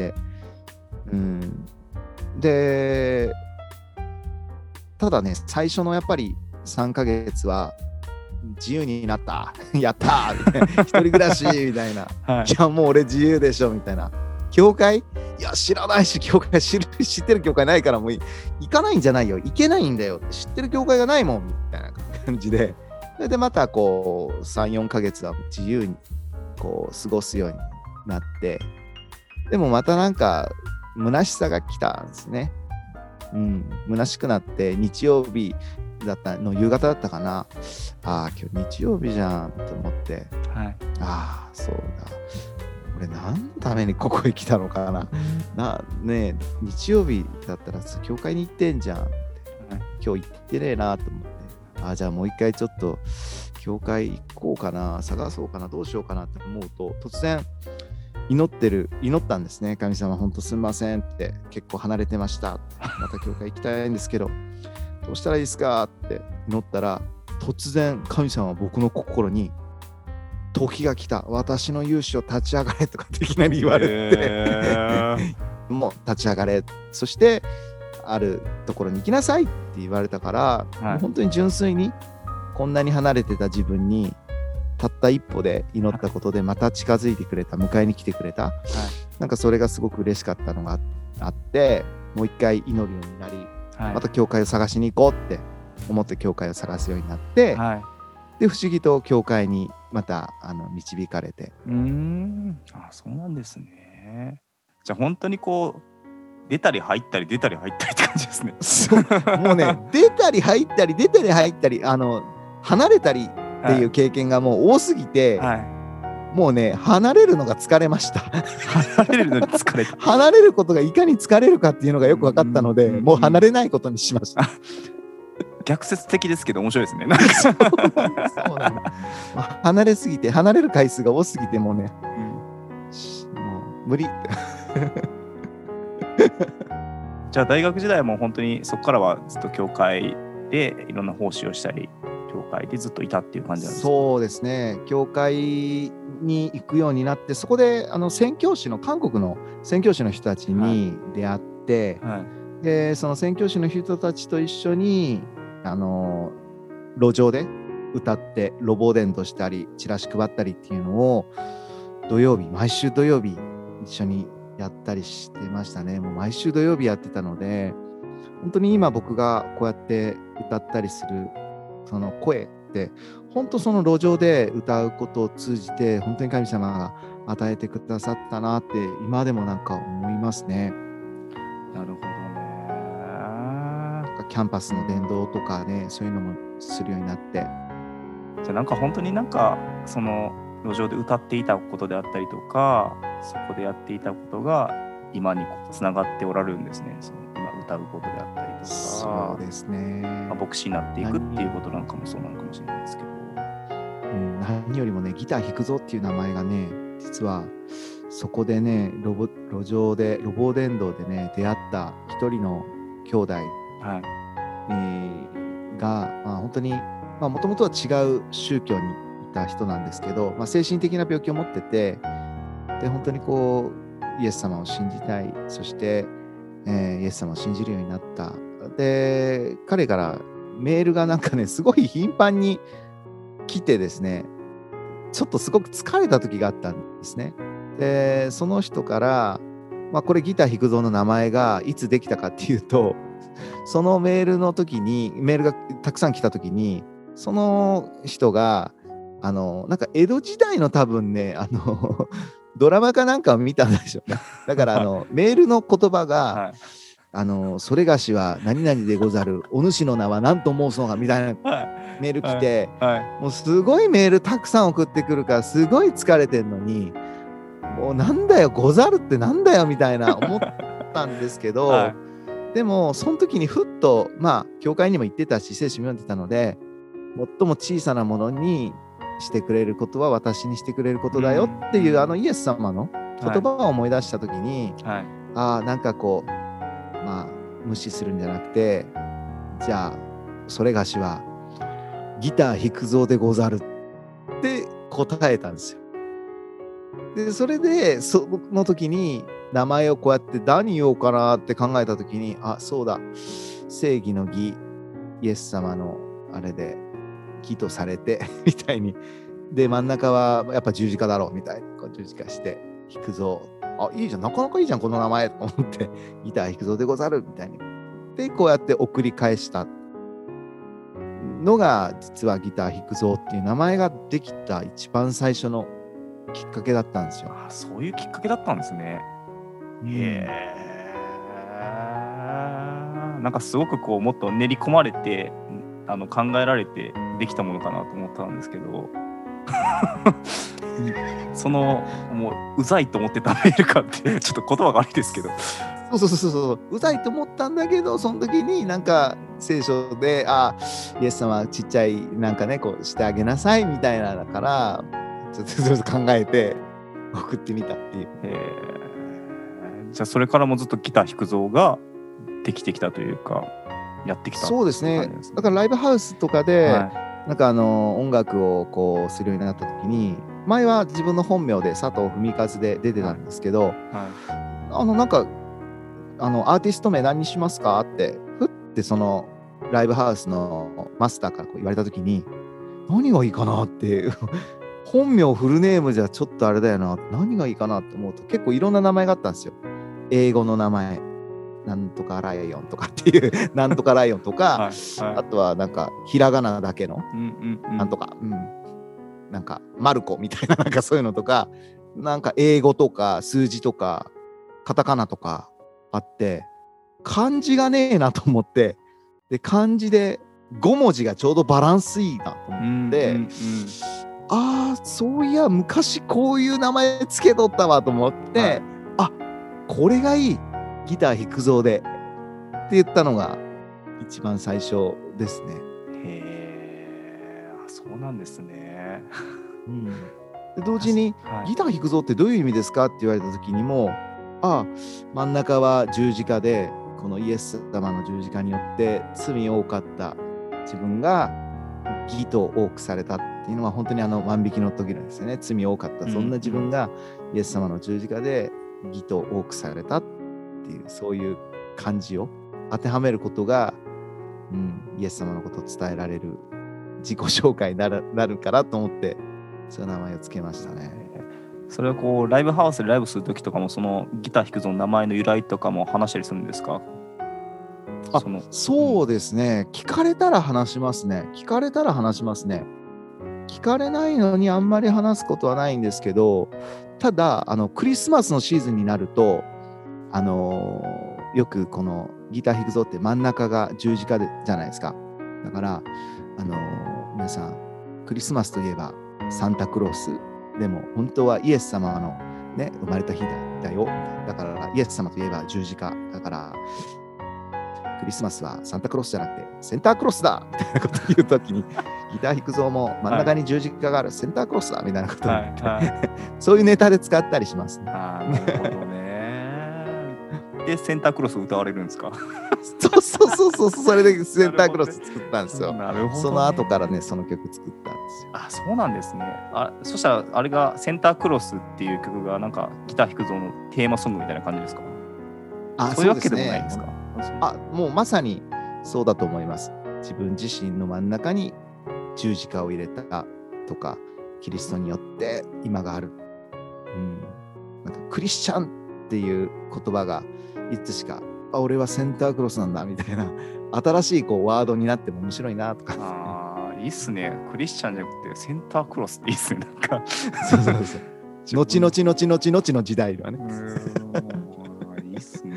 [SPEAKER 2] でただね、最初のやっぱり3ヶ月は自由になったやったーみたいな一人暮らしみたいな、いやもう俺自由でしょみたいな、教会、いや知らないし、教会知ってる教会ないからもう行かないんじゃないよ、行けないんだよ、知ってる教会がないもんみたいな感じで、それでまたこう 3,4 ヶ月は自由にこう過ごすようになって、でもまたなんか虚しさが来たんですね。虚しくなって、日曜日だったの夕方だったかな、今日日曜日じゃんと思って、そうだ、俺何のためにここへ来たのかな、ねえ日曜日だったら教会に行ってんじゃんって、今日行ってねえなと思って、じゃあもう一回ちょっと教会行こうかな、探そうかな、どうしようかなって思うと、突然祈ったんですね。神様本当すみませんって、結構離れてました、また教会行きたいんですけどどうしたらいいですかって祈ったら、突然神様は僕の心に時が来た、私の勇姿を立ち上がれとかっていきなり言われてもう立ち上がれ、そしてあるところに行きなさいって言われたから、もう本当に純粋にこんなに離れてた自分にたった一歩で祈ったことでまた近づいてくれた、迎えに来てくれた、なんかそれがすごく嬉しかったのがあって、もう一回祈るようになり、また教会を探しに行こうって思って教会を探すようになって、で不思議と教会にまた導かれて、
[SPEAKER 1] そうなんですね。じゃあ本当にこう出たり入ったり出たり入ったりって感じですね。
[SPEAKER 2] もうね出たり入ったり出たり入ったり離れたりっていう経験がもう多すぎて、もうね離れるのが疲れました。
[SPEAKER 1] 離れるのに疲れた。
[SPEAKER 2] 離れることがいかに疲れるかっていうのがよく分かったので、もう離れないことにしました。
[SPEAKER 1] 逆説的ですけど面白いですね。
[SPEAKER 2] そうなんだ。離れすぎて、離れる回数が多すぎてもうね、もう無理って。
[SPEAKER 1] じゃあ大学時代はもう本当にそこからはずっと教会でいろんな奉仕をしたり、教会でずっといたっていう感じなんですか？
[SPEAKER 2] そうですね。教会に行くようになって、そこで宣教師の韓国の宣教師の人たちに出会って、でその宣教師の人たちと一緒に路上で歌って路傍伝道したりチラシ配ったりっていうのを毎週土曜日一緒にやったりしてましたね。もう毎週土曜日やってたので、本当に今僕がこうやって歌ったりするその声って本当その路上で歌うことを通じて本当に神様が与えてくださったなって今でもなんか思いますね。
[SPEAKER 1] なるほどね。
[SPEAKER 2] キャンパスの伝道とかね、そういうのもするようになって、
[SPEAKER 1] じゃあなんか本当になんかその路上で歌っていたことであったりとか、そこでやっていたことが今につながっておられるんですね。その今歌うことであったりとか、
[SPEAKER 2] そうですね、
[SPEAKER 1] 牧師になっていくっていうことなんかもそうなのかもしれないですけど、
[SPEAKER 2] 何よりもねギター弾くぞっていう名前がね、実はそこでね路上で路傍伝道でね出会った一人の兄弟、が、本当にもともとは違う宗教にいた人なんですけど、精神的な病気を持ってて、で本当にこうイエス様を信じたい、そして、イエス様を信じるようになった。で彼からメールがなんかねすごい頻繁に来てですね、 ちょっとすごく疲れた時があったんですね。でその人から、これギター弾くぞの名前がいつできたかっていうと、そのメールの時にメールがたくさん来た時に、その人がなんか江戸時代の多分ねドラマかなんかを見たんでしょうね。だからメールの言葉が、それがしは何々でござる、お主の名は何と申すのかみたいなメール来て、もうすごいメールたくさん送ってくるからすごい疲れてんのに、もうなんだよござるってなんだよみたいな思ったんですけど、でもその時にふっと教会にも行ってたし聖書も読んでたので、最も小さなものにしてくれることは私にしてくれることだよっていう、イエス様の言葉を思い出した時に、なんかこう無視するんじゃなくて、じゃあそれがしはギター弾くぞでござるって答えたんですよ。でそれでその時に名前をこうやって何言おうかなって考えた時に、そうだ、正義の義、イエス様のあれで義とされてみたいに、で真ん中はやっぱ十字架だろうみたいにこう十字架して弾くぞ、いいじゃん、なかなかいいじゃんこの名前と思ってギター弾くぞでござるみたいにでこうやって送り返したのが、実はギター弾くぞっていう名前ができた一番最初のきっかけだったんですよ。
[SPEAKER 1] そういうきっかけだったんですね。なんかすごくこうもっと練り込まれて考えられてできたものかなと思ったんですけどそのもううざいと思ってたメールかってちょっと言葉が悪いですけど、
[SPEAKER 2] そううざいと思ったんだけど、その時になんか聖書でイエス様ちっちゃいなんかねこうしてあげなさいみたいなだからちょっと考えて送ってみたっていう。
[SPEAKER 1] じゃあそれからもずっとギター弾くぞができてきたというかやってきた。
[SPEAKER 2] そうですね。だからライブハウスとかで、なんか音楽をこうするようになった時に、前は自分の本名で佐藤文和で出てたんですけど、なんかアーティスト名何にしますかってふってそのライブハウスのマスターからこう言われた時に、何がいいかなって本名フルネームじゃちょっとあれだよな、何がいいかなって思うと結構いろんな名前があったんですよ。英語の名前なんとかライオンとかっていうなんとかライオンとか、あとはなんかひらがなだけのなんとか、なんかマルコみたいななんかそういうのとか、なんか英語とか数字とかカタカナとかあって、漢字がねえなと思って、で漢字で5文字がちょうどバランスいいなと思って、そういや昔こういう名前つけとったわと思って、これがいい、ギター弾くぞでって言ったのが一番最初ですね。
[SPEAKER 1] そうなんですね。
[SPEAKER 2] で同時に、ギター弾くぞってどういう意味ですかって言われた時にも、真ん中は十字架で、このイエス様の十字架によって罪多かった自分が義と多くされたっていうのは本当に万引きの時のですよね。罪多かった、そんな自分がイエス様の十字架で義と多くされたっていう、そういう漢字を当てはめることが、イエス様のことを伝えられる自己紹介になるからと思って、そういう名前をつけましたね。
[SPEAKER 1] それはこうライブハウスでライブする時とかも、そのギター弾くぞの名前の由来とかも話したりするんですか？
[SPEAKER 2] そうですね、聞かれたら話しますね。聞かれないのにあんまり話すことはないんですけど、ただクリスマスのシーズンになるとよくこのギター弾くぞって真ん中が十字架じゃないですか。だから皆さんクリスマスといえばサンタクロースでも本当はイエス様のね生まれた日だよ。だからイエス様といえば十字架だから、クリスマスはサンタクロースじゃなくてセンタークロスだみたいなことを言うときにギター弾くぞも真ん中に十字架がある、センタークロスだみたいなことを言って、そういうネタで使ったりしますね。
[SPEAKER 1] なるほどね。でセンタークロス歌われるんですか？
[SPEAKER 2] そう、それでセンタークロス作ったんですよ。
[SPEAKER 1] なるほどね。
[SPEAKER 2] その後からねその曲作ったんですよ。
[SPEAKER 1] そうなんですね。そしたらあれがセンタークロスっていう曲がなんかギター弾くぞのテーマソングみたいな感じですか？そういうわけでもないですか？
[SPEAKER 2] もうまさにそうだと思います。自分自身の真ん中に十字架を入れたとか、 キリストによって今がある。なんかクリスチャンっていう言葉がいつしか俺はセンタークロスなんだみたいな新しいワードになっても面白いなとか。
[SPEAKER 1] いいっすね。クリスチャンじゃなくてセンタークロスっていいっすね。なんか
[SPEAKER 2] そう後々の時代ではね。
[SPEAKER 1] いいっすね。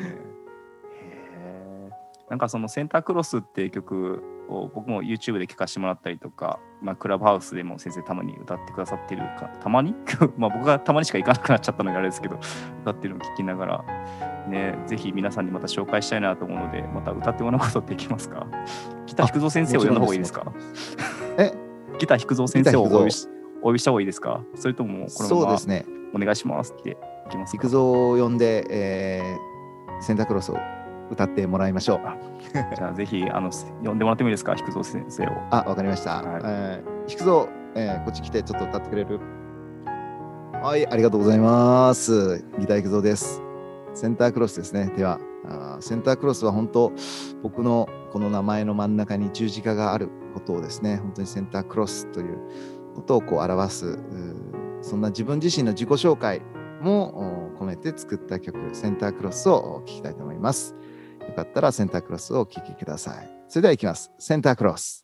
[SPEAKER 1] なんかそのセンタークロスっていう曲を僕も YouTube で聴かせてもらったりとか、クラブハウスでも先生たまに歌ってくださってるか、たまに僕がたまにしか行かなくなっちゃったのであれですけど、歌ってるのを聞きながら、ね、ぜひ皆さんにまた紹介したいなと思うので、また歌ってもらうことできますか？ギター弾くぞ先生を呼んだ方がいいですか？ギター弾くぞ先生をお呼びした方がいいですか？それともこのままお願いしますっていきますか？
[SPEAKER 2] 弾くぞを呼んで、センタークロスを歌ってもらいましょう。
[SPEAKER 1] じゃあぜひ呼んでもらってもいいですか、弾くぞ先生を。
[SPEAKER 2] わかりました。弾くぞ、こっち来てちょっと歌ってくれる？はい、ありがとうございます。ギター弾くぞです。センタークロスですね。ではセンタークロスは本当僕のこの名前の真ん中に十字架があることをですね、本当にセンタークロスということを表す、そんな自分自身の自己紹介も込めて作った曲、センタークロスを聴きたいと思います。よかったらセンタークロスをお聴きください。それではいきます。センタークロス。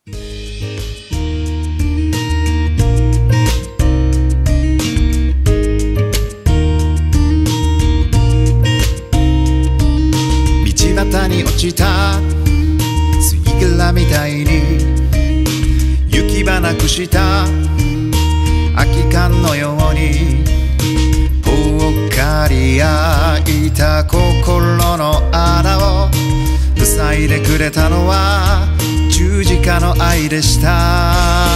[SPEAKER 2] 道端に落ちた吸い殻みたいに行き場なくした空き缶のようにぽっかり開いた心の穴を塞いでくれたのは十字架の愛でした。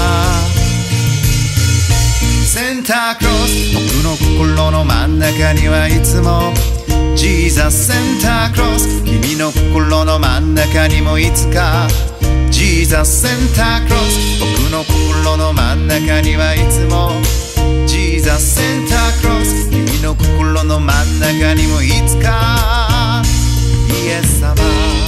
[SPEAKER 2] センタークロス、僕の心の真ん中にはいつもジーザスセンタークロス、君の心の真ん中にもいつかジーザスセンタークロス、僕の心の真ん中にはいつもジーザスセンタークロス、君の心の真ん中にもいつかイエス様。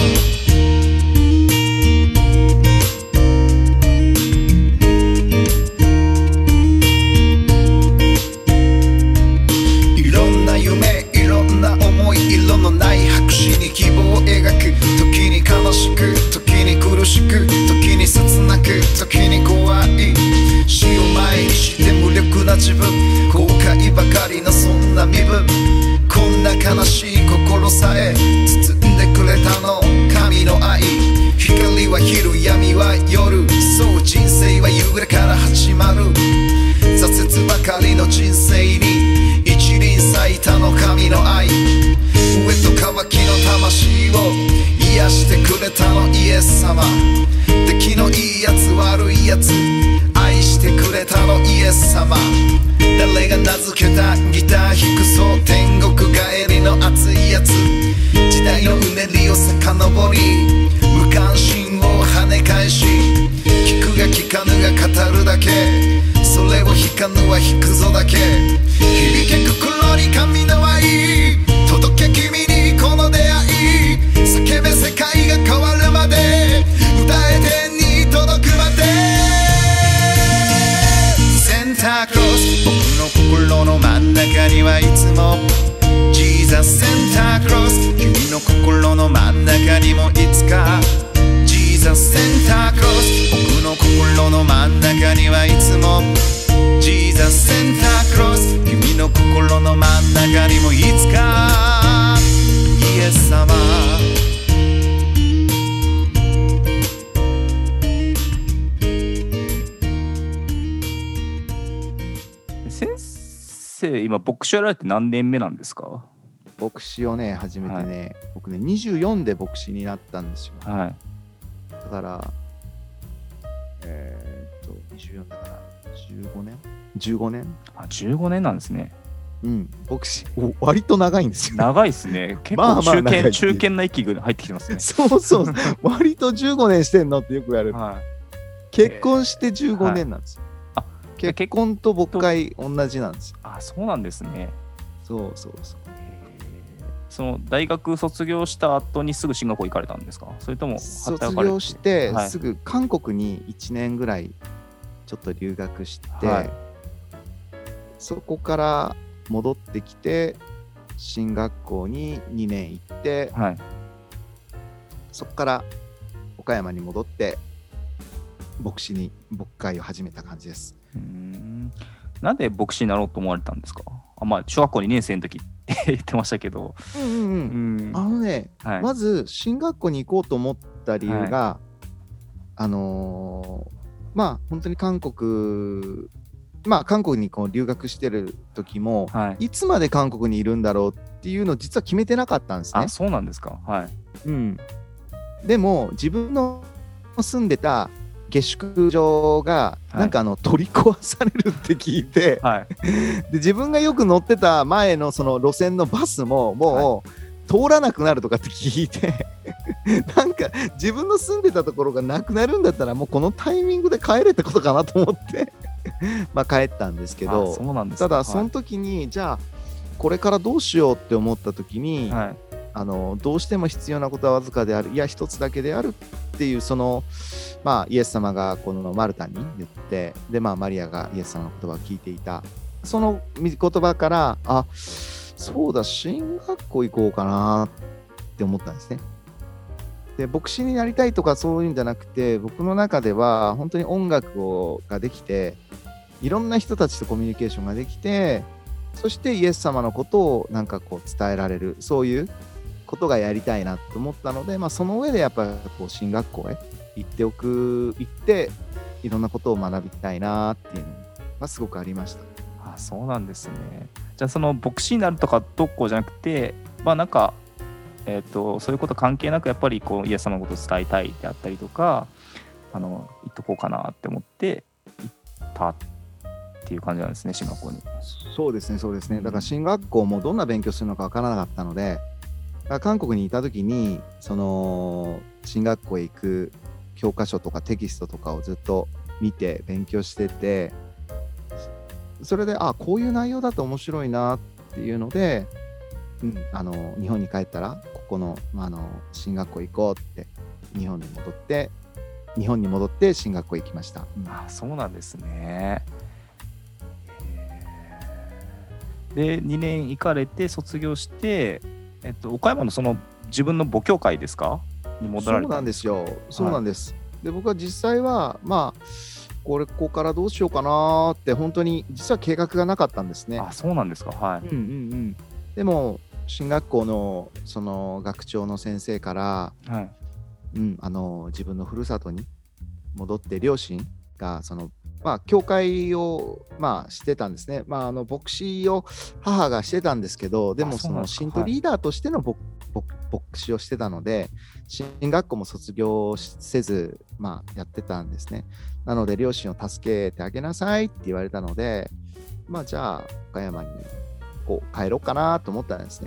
[SPEAKER 2] いろんな夢、いろんな思い、色のない白紙に希望を描く。時に悲しく、時に苦しく、時に切なく、時に怖い。死を前にして無力な自分、後悔ばかりのそんな身分。こんな悲しい心さえ包んでくれたの、神の愛。光は昼、闇は夜、そう人生は夕暮れから始まる。挫折ばかりの人生に一輪咲いたの、神の愛。飢えと渇きの魂を癒してくれたの、イエス様。敵のいいやつ悪いやつ愛してくれたの、イエス様。誰が名付けたギター弾くぞ、天国帰りの熱いやつ。時代のうねりを遡り、無関心を跳ね返し、聞くが聞かぬが語るだけ、それを弾かぬは弾くぞだけ。響け心に神の愛、届け君にこの出会い。叫べ世界が変わるまで、歌え天に届くまで。センタークロス、僕の心の真ん中にはいつもジーザスセンタークロス、君の心の真ん中にもいつかジーザスセンタークロス、僕の心の真ん中にはいつもジーザスセンタークロス、君の心の真ん中にもいつかイエス様。
[SPEAKER 1] 先生、今牧師やられて何年目なんですか？
[SPEAKER 2] 牧師をね始めてね、僕ね24で牧師になったんですよ。だから24だから15年
[SPEAKER 1] 15年なんですね。
[SPEAKER 2] 牧師割と長いんですよ。
[SPEAKER 1] 長いですね。結構中堅な域が入ってきてますね。
[SPEAKER 2] そう割と15年してんのってよく言われる。結婚して15年なんですよ。結婚と牧会同じなんですよ。
[SPEAKER 1] そうなんですね。
[SPEAKER 2] そう
[SPEAKER 1] その大学卒業した後にすぐシンガポール行かれたんですか？それとも
[SPEAKER 2] 卒業してすぐ韓国に1年ぐらいちょっと留学して、 そこから戻ってきて進学校に2年行って、
[SPEAKER 1] はい、
[SPEAKER 2] そこから岡山に戻って牧会を始めた感じです。
[SPEAKER 1] なんで牧師になろうと思われたんですか？小学校2年生の時って言ってましたけど。
[SPEAKER 2] まず進学校に行こうと思った理由が、本当に韓国に留学してる時も、いつまで韓国にいるんだろうっていうのを実は決めてなかったんですね。
[SPEAKER 1] そうなんですか。
[SPEAKER 2] でも自分の住んでた下宿場がなんか取り壊されるって聞いて、で自分がよく乗ってた前のその路線のバスももう通らなくなるとかって聞いてなんか自分の住んでたところがなくなるんだったらもうこのタイミングで帰れってことかなと思って帰ったんですけど、ただその時にじゃあこれからどうしようって思った時に、どうしても必要なことはわずかである、いや一つだけであるっていうそのイエス様がこのマルタに言って、でマリアがイエス様の言葉を聞いていた、その言葉からそうだ進学校行こうかなって思ったんですね。で牧師になりたいとかそういうんじゃなくて、僕の中では本当に音楽ができていろんな人たちとコミュニケーションができて、そしてイエス様のことをなんか伝えられる、そういうことがやりたいなと思ったので、その上でやっぱり進学校へ行っていろんなことを学びたいなっていうのがすごくありました。
[SPEAKER 1] そうなんですね。じゃあその牧師になるとかどうこうじゃなくて、なんかそういうこと関係なくやっぱりイエス様のことを伝えたいであったりとか、行っとこうかなって思って行ったっていう感じなんですね、進学校に。
[SPEAKER 2] そうですね。だから進学校もどんな勉強するのか分からなかったので、韓国にいた時にその進学校へ行く教科書とかテキストとかをずっと見て勉強してて、それでこういう内容だと面白いなっていうので、日本に帰ったらここの、進学校行こうって日本に戻って進学校行きました。
[SPEAKER 1] そうなんですね。で2年行かれて卒業して、岡山のその自分の母教会ですかに戻られたんですか？
[SPEAKER 2] そうなんです。で僕は実際はここからどうしようかなって本当に実は計画がなかったんですね。
[SPEAKER 1] そうなんですか。
[SPEAKER 2] でも進学校のその学長の先生から、自分のふるさとに戻って両親がその教会をしてたんですね。牧師を母がしてたんですけど、でもその信徒リーダーとしての牧師をしてたので、進学校も卒業せずやってたんですね。なので両親を助けてあげなさいって言われたので、じゃあ岡山に帰ろうかなと思ったんですね。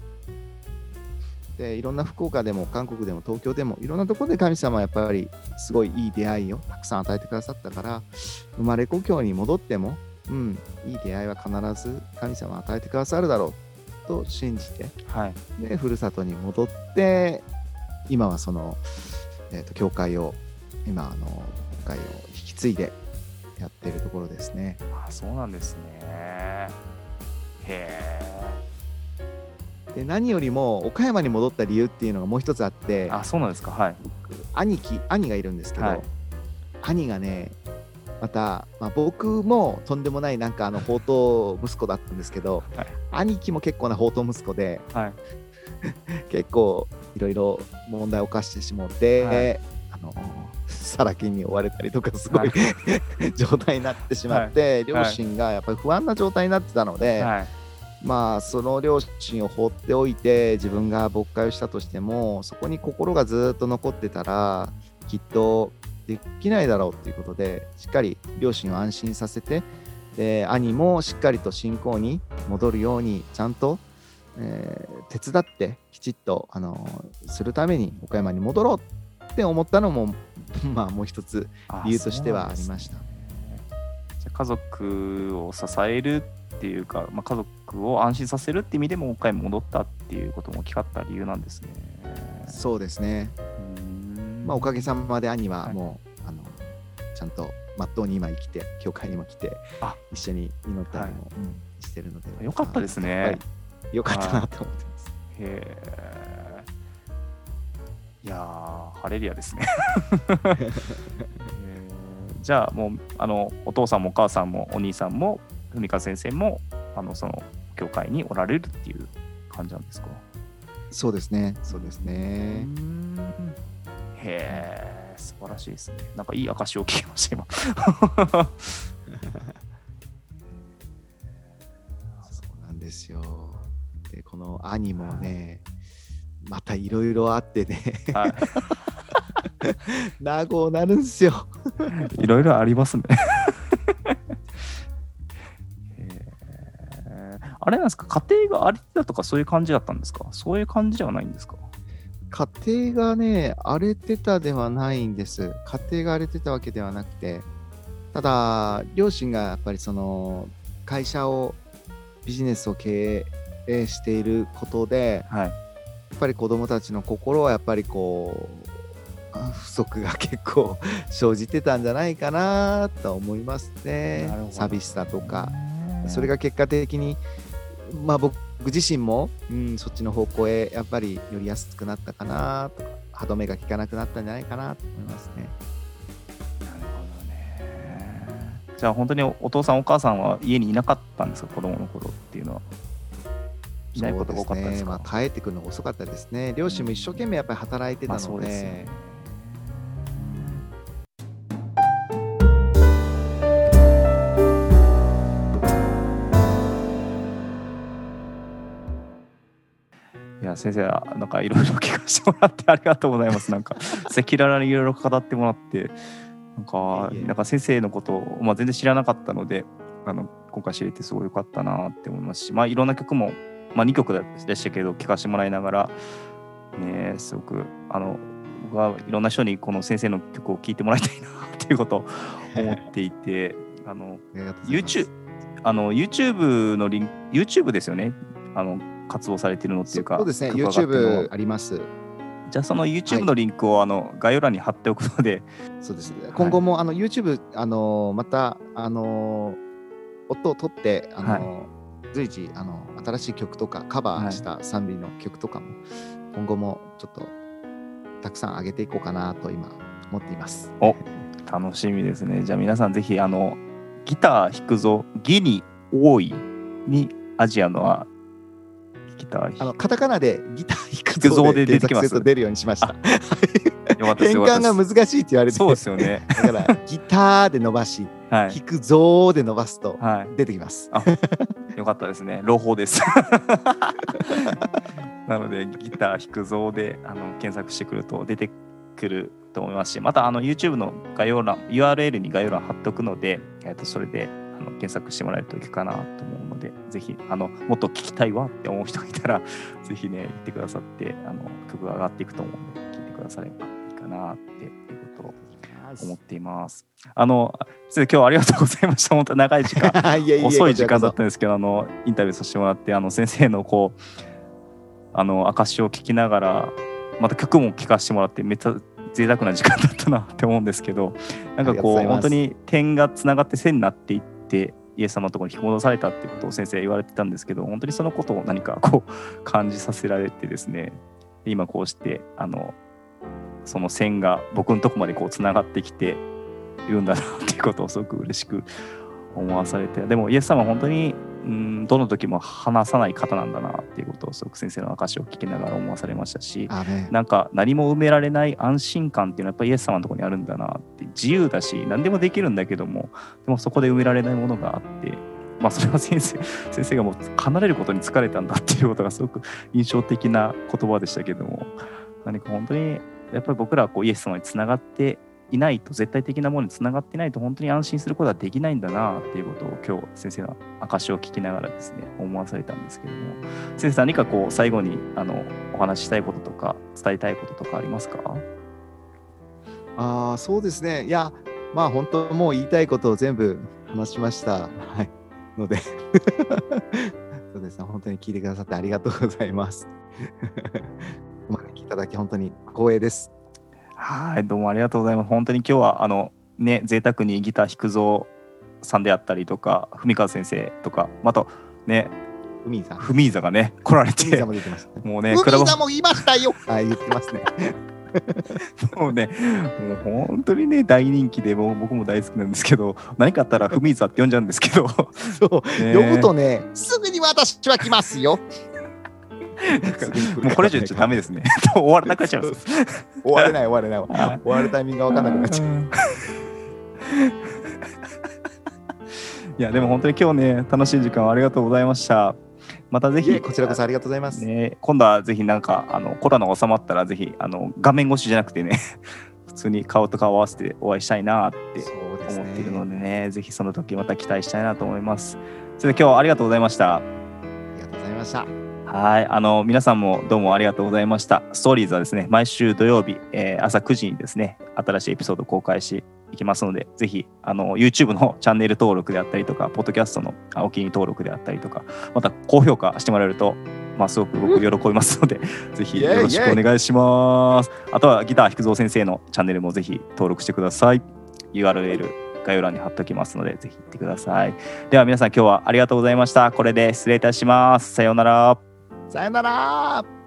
[SPEAKER 2] でいろんな福岡でも韓国でも東京でもいろんなところで神様はやっぱりすごいいい出会いをたくさん与えてくださったから、生まれ故郷に戻っても、いい出会いは必ず神様は与えてくださるだろうと信じて、でふるさとに戻って今はその、教会を教会を引き継いでやっているところですね。
[SPEAKER 1] そうなんですね。
[SPEAKER 2] で何よりも岡山に戻った理由っていうのがもう一つあって、
[SPEAKER 1] そうなんですか。
[SPEAKER 2] 兄がいるんですけど、兄がねまた、僕もとんでもないなんか放蕩息子だったんですけど、兄貴も結構な放蕩息子で、結構いろいろ問題を犯してしまって、サラ金に追われたりとかすごい、状態になってしまって、両親がやっぱり不安な状態になってたので、その両親を放っておいて自分が牧会をしたとしてもそこに心がずっと残ってたらきっとできないだろうということで、しっかり両親を安心させて、で兄もしっかりと信仰に戻るようにちゃんと、手伝ってきちっとするために岡山に戻ろうって思ったのももう一つ理由としてはありました。
[SPEAKER 1] じゃ家族を支えるっていうか、家族を安心させるって意味でも岡山に戻ったっていうことも大きかった理由なんですね。
[SPEAKER 2] そうですね。おかげさまで兄はもう、ちゃんとまっとうに今生きて教会にも来て一緒に祈ったりも、してるので
[SPEAKER 1] よかったですね。
[SPEAKER 2] よかったなと思ってます。
[SPEAKER 1] いやハレリアですね。じゃあもうお父さんもお母さんもお兄さんも文香先生もその教会におられるっていう感じなんですか？
[SPEAKER 2] そうですね。
[SPEAKER 1] 素晴らしいですね。なんかいい証を聞きました今。
[SPEAKER 2] そうなんですよ。でこの兄もね、またいろいろあってね、名護なるんですよ。
[SPEAKER 1] いろいろありますね。あれなんですか、家庭がありだとかそういう感じだったんですか？そういう感じではないんですか？
[SPEAKER 2] 家庭がね、荒れてたではないんです。家庭が荒れてたわけではなくて、ただ、両親がやっぱりその会社を、ビジネスを経営していることで、やっぱり子どもたちの心はやっぱりこう、不足が結構生じてたんじゃないかなと思いますね。寂しさとか。それが結果的に、僕自身も、そっちの方向へやっぱり寄りやすくなったかなとか、歯止めが効かなくなったんじゃないかなと思いますね。
[SPEAKER 1] なるほどね。じゃあ本当にお父さんお母さんは家にいなかったんですか、子供の頃っていうのは。いないことが多かったですか？
[SPEAKER 2] 帰ってくるのが遅かったですね。両親も一生懸命やっぱり働いてたので。
[SPEAKER 1] いや先生、なんかいろいろ聞かせてもらってありがとうございます。なんか赤裸々にいろいろ語ってもらって、なんか先生のことを、全然知らなかったので、今回知れてすごい良かったなって思いますし、いろんな曲も、2曲でしたけど聴かせてもらいながら、ね、すごく僕はいろんな人にこの先生の曲を聴いてもらいたいなっていうことを思っていて、YouTube のリンク、YouTube ですよね。活動されているのっていうか、
[SPEAKER 2] そうですね、YouTube あります。
[SPEAKER 1] じゃあその YouTube のリンクを概要欄に貼っておくので、
[SPEAKER 2] そうですね。今後もYouTube また音を取って随時新しい曲とかカバーした賛美の曲とかも今後もちょっとたくさん上げていこうかなと今思っています。
[SPEAKER 1] 楽しみですね。じゃあ皆さんぜひギター弾くぞギニ多いにアジアの
[SPEAKER 2] カタカナでギター弾くぞで検索すると出るようにしました。変換が難しいって言われて、
[SPEAKER 1] そうですよね。
[SPEAKER 2] だからギターで伸ばし、弾くぞで伸ばすと出てきます。
[SPEAKER 1] よかったですね。朗報です。なのでギター弾くぞで検索してくると出てくると思いますし、またYouTube の概要欄 URL に概要欄貼っておくので、それで検索してもらえるといいかなと思うので、ぜひもっと聞きたいわって思う人がいたらぜひね言ってくださって曲が上がっていくと思うので聞いてくださればいいかなっていうことを思っています。先生今日はありがとうございました。本当長い時間遅い時間だったんですけどインタビューさせてもらって先生のこう証を聞きながらまた曲も聴かせてもらってめっちゃ贅沢な時間だったなって思うんですけど、なんかこう本当に点がつながって線になっていってイエス様のところに引き戻されたっていうことを先生言われてたんですけど、本当にそのことを何かこう感じさせられてですね、今こうしてその線が僕のとこまでこうつながってきているんだなっていうことをすごく嬉しく思わされて、でもイエス様は本当にどの時も話さない方なんだなっていうことをすごく先生の証を聞きながら思わされましたし、なんか何も埋められない安心感っていうのはやっぱりイエス様のところにあるんだなって、自由だし何でもできるんだけども、でもそこで埋められないものがあって、それは先生がもう離れることに疲れたんだっていうことがすごく印象的な言葉でしたけども、何か本当にやっぱり僕らはこうイエス様につながっていないと、絶対的なものにつながっていないと本当に安心することはできないんだなっていうことを今日先生の証を聞きながらですね思わされたんですけども、先生何かこう最後にお話ししたいこととか伝えたいこととかありますか？
[SPEAKER 2] そうですね。いや本当もう言いたいことを全部話しました。のでそうですね、本当に聞いてくださってありがとうございます。お招きいただき本当に光栄です。
[SPEAKER 1] はい、どうもありがとうございます。本当に今日はね贅沢にギター弾くぞさんであったりとか、文川先生とか、あとね
[SPEAKER 2] フミーザ
[SPEAKER 1] フミーザがね来られて、
[SPEAKER 2] も出てましたね。
[SPEAKER 1] もうね
[SPEAKER 2] フミーザもいましたよ。はい、言ってますね。
[SPEAKER 1] もうね、もう本当にね大人気で、もう僕も大好きなんですけど、何かあったらフミーザって呼んじゃうんですけど、
[SPEAKER 2] そう
[SPEAKER 1] ね
[SPEAKER 2] 呼ぶとね、すぐに私は来ますよ。
[SPEAKER 1] もうこれ以上言っちゃダメですね。終わらなくなっちゃいます。
[SPEAKER 2] 終われない終わるタイミングが分かんなくなっちゃう。
[SPEAKER 1] いやでも本当に今日ね楽しい時間をありがとうございました。またぜひ
[SPEAKER 2] こちらこそありがとうございます。
[SPEAKER 1] ね、今度はぜひなんかコロナが収まったらぜひ画面越しじゃなくてね普通に顔と顔を合わせてお会いしたいなって思っているのでね、ぜひその時また期待したいなと思います。それで今日はありがとうございました。
[SPEAKER 2] ありがとうございました。
[SPEAKER 1] はい、皆さんもどうもありがとうございました。ストーリーズはですね、毎週土曜日、朝9時にですね、新しいエピソードを公開していきますので、ぜひYouTube のチャンネル登録であったりとか、ポッドキャストのお気に入り登録であったりとか、また高評価してもらえると、すごく僕喜びますので、ぜひよろしくお願いします。あとはギター弾くぞ先生のチャンネルもぜひ登録してください。URL概要欄に貼っておきますので、ぜひ行ってください。では皆さん今日はありがとうございました。これで失礼いたします。さようなら。
[SPEAKER 2] さよなら。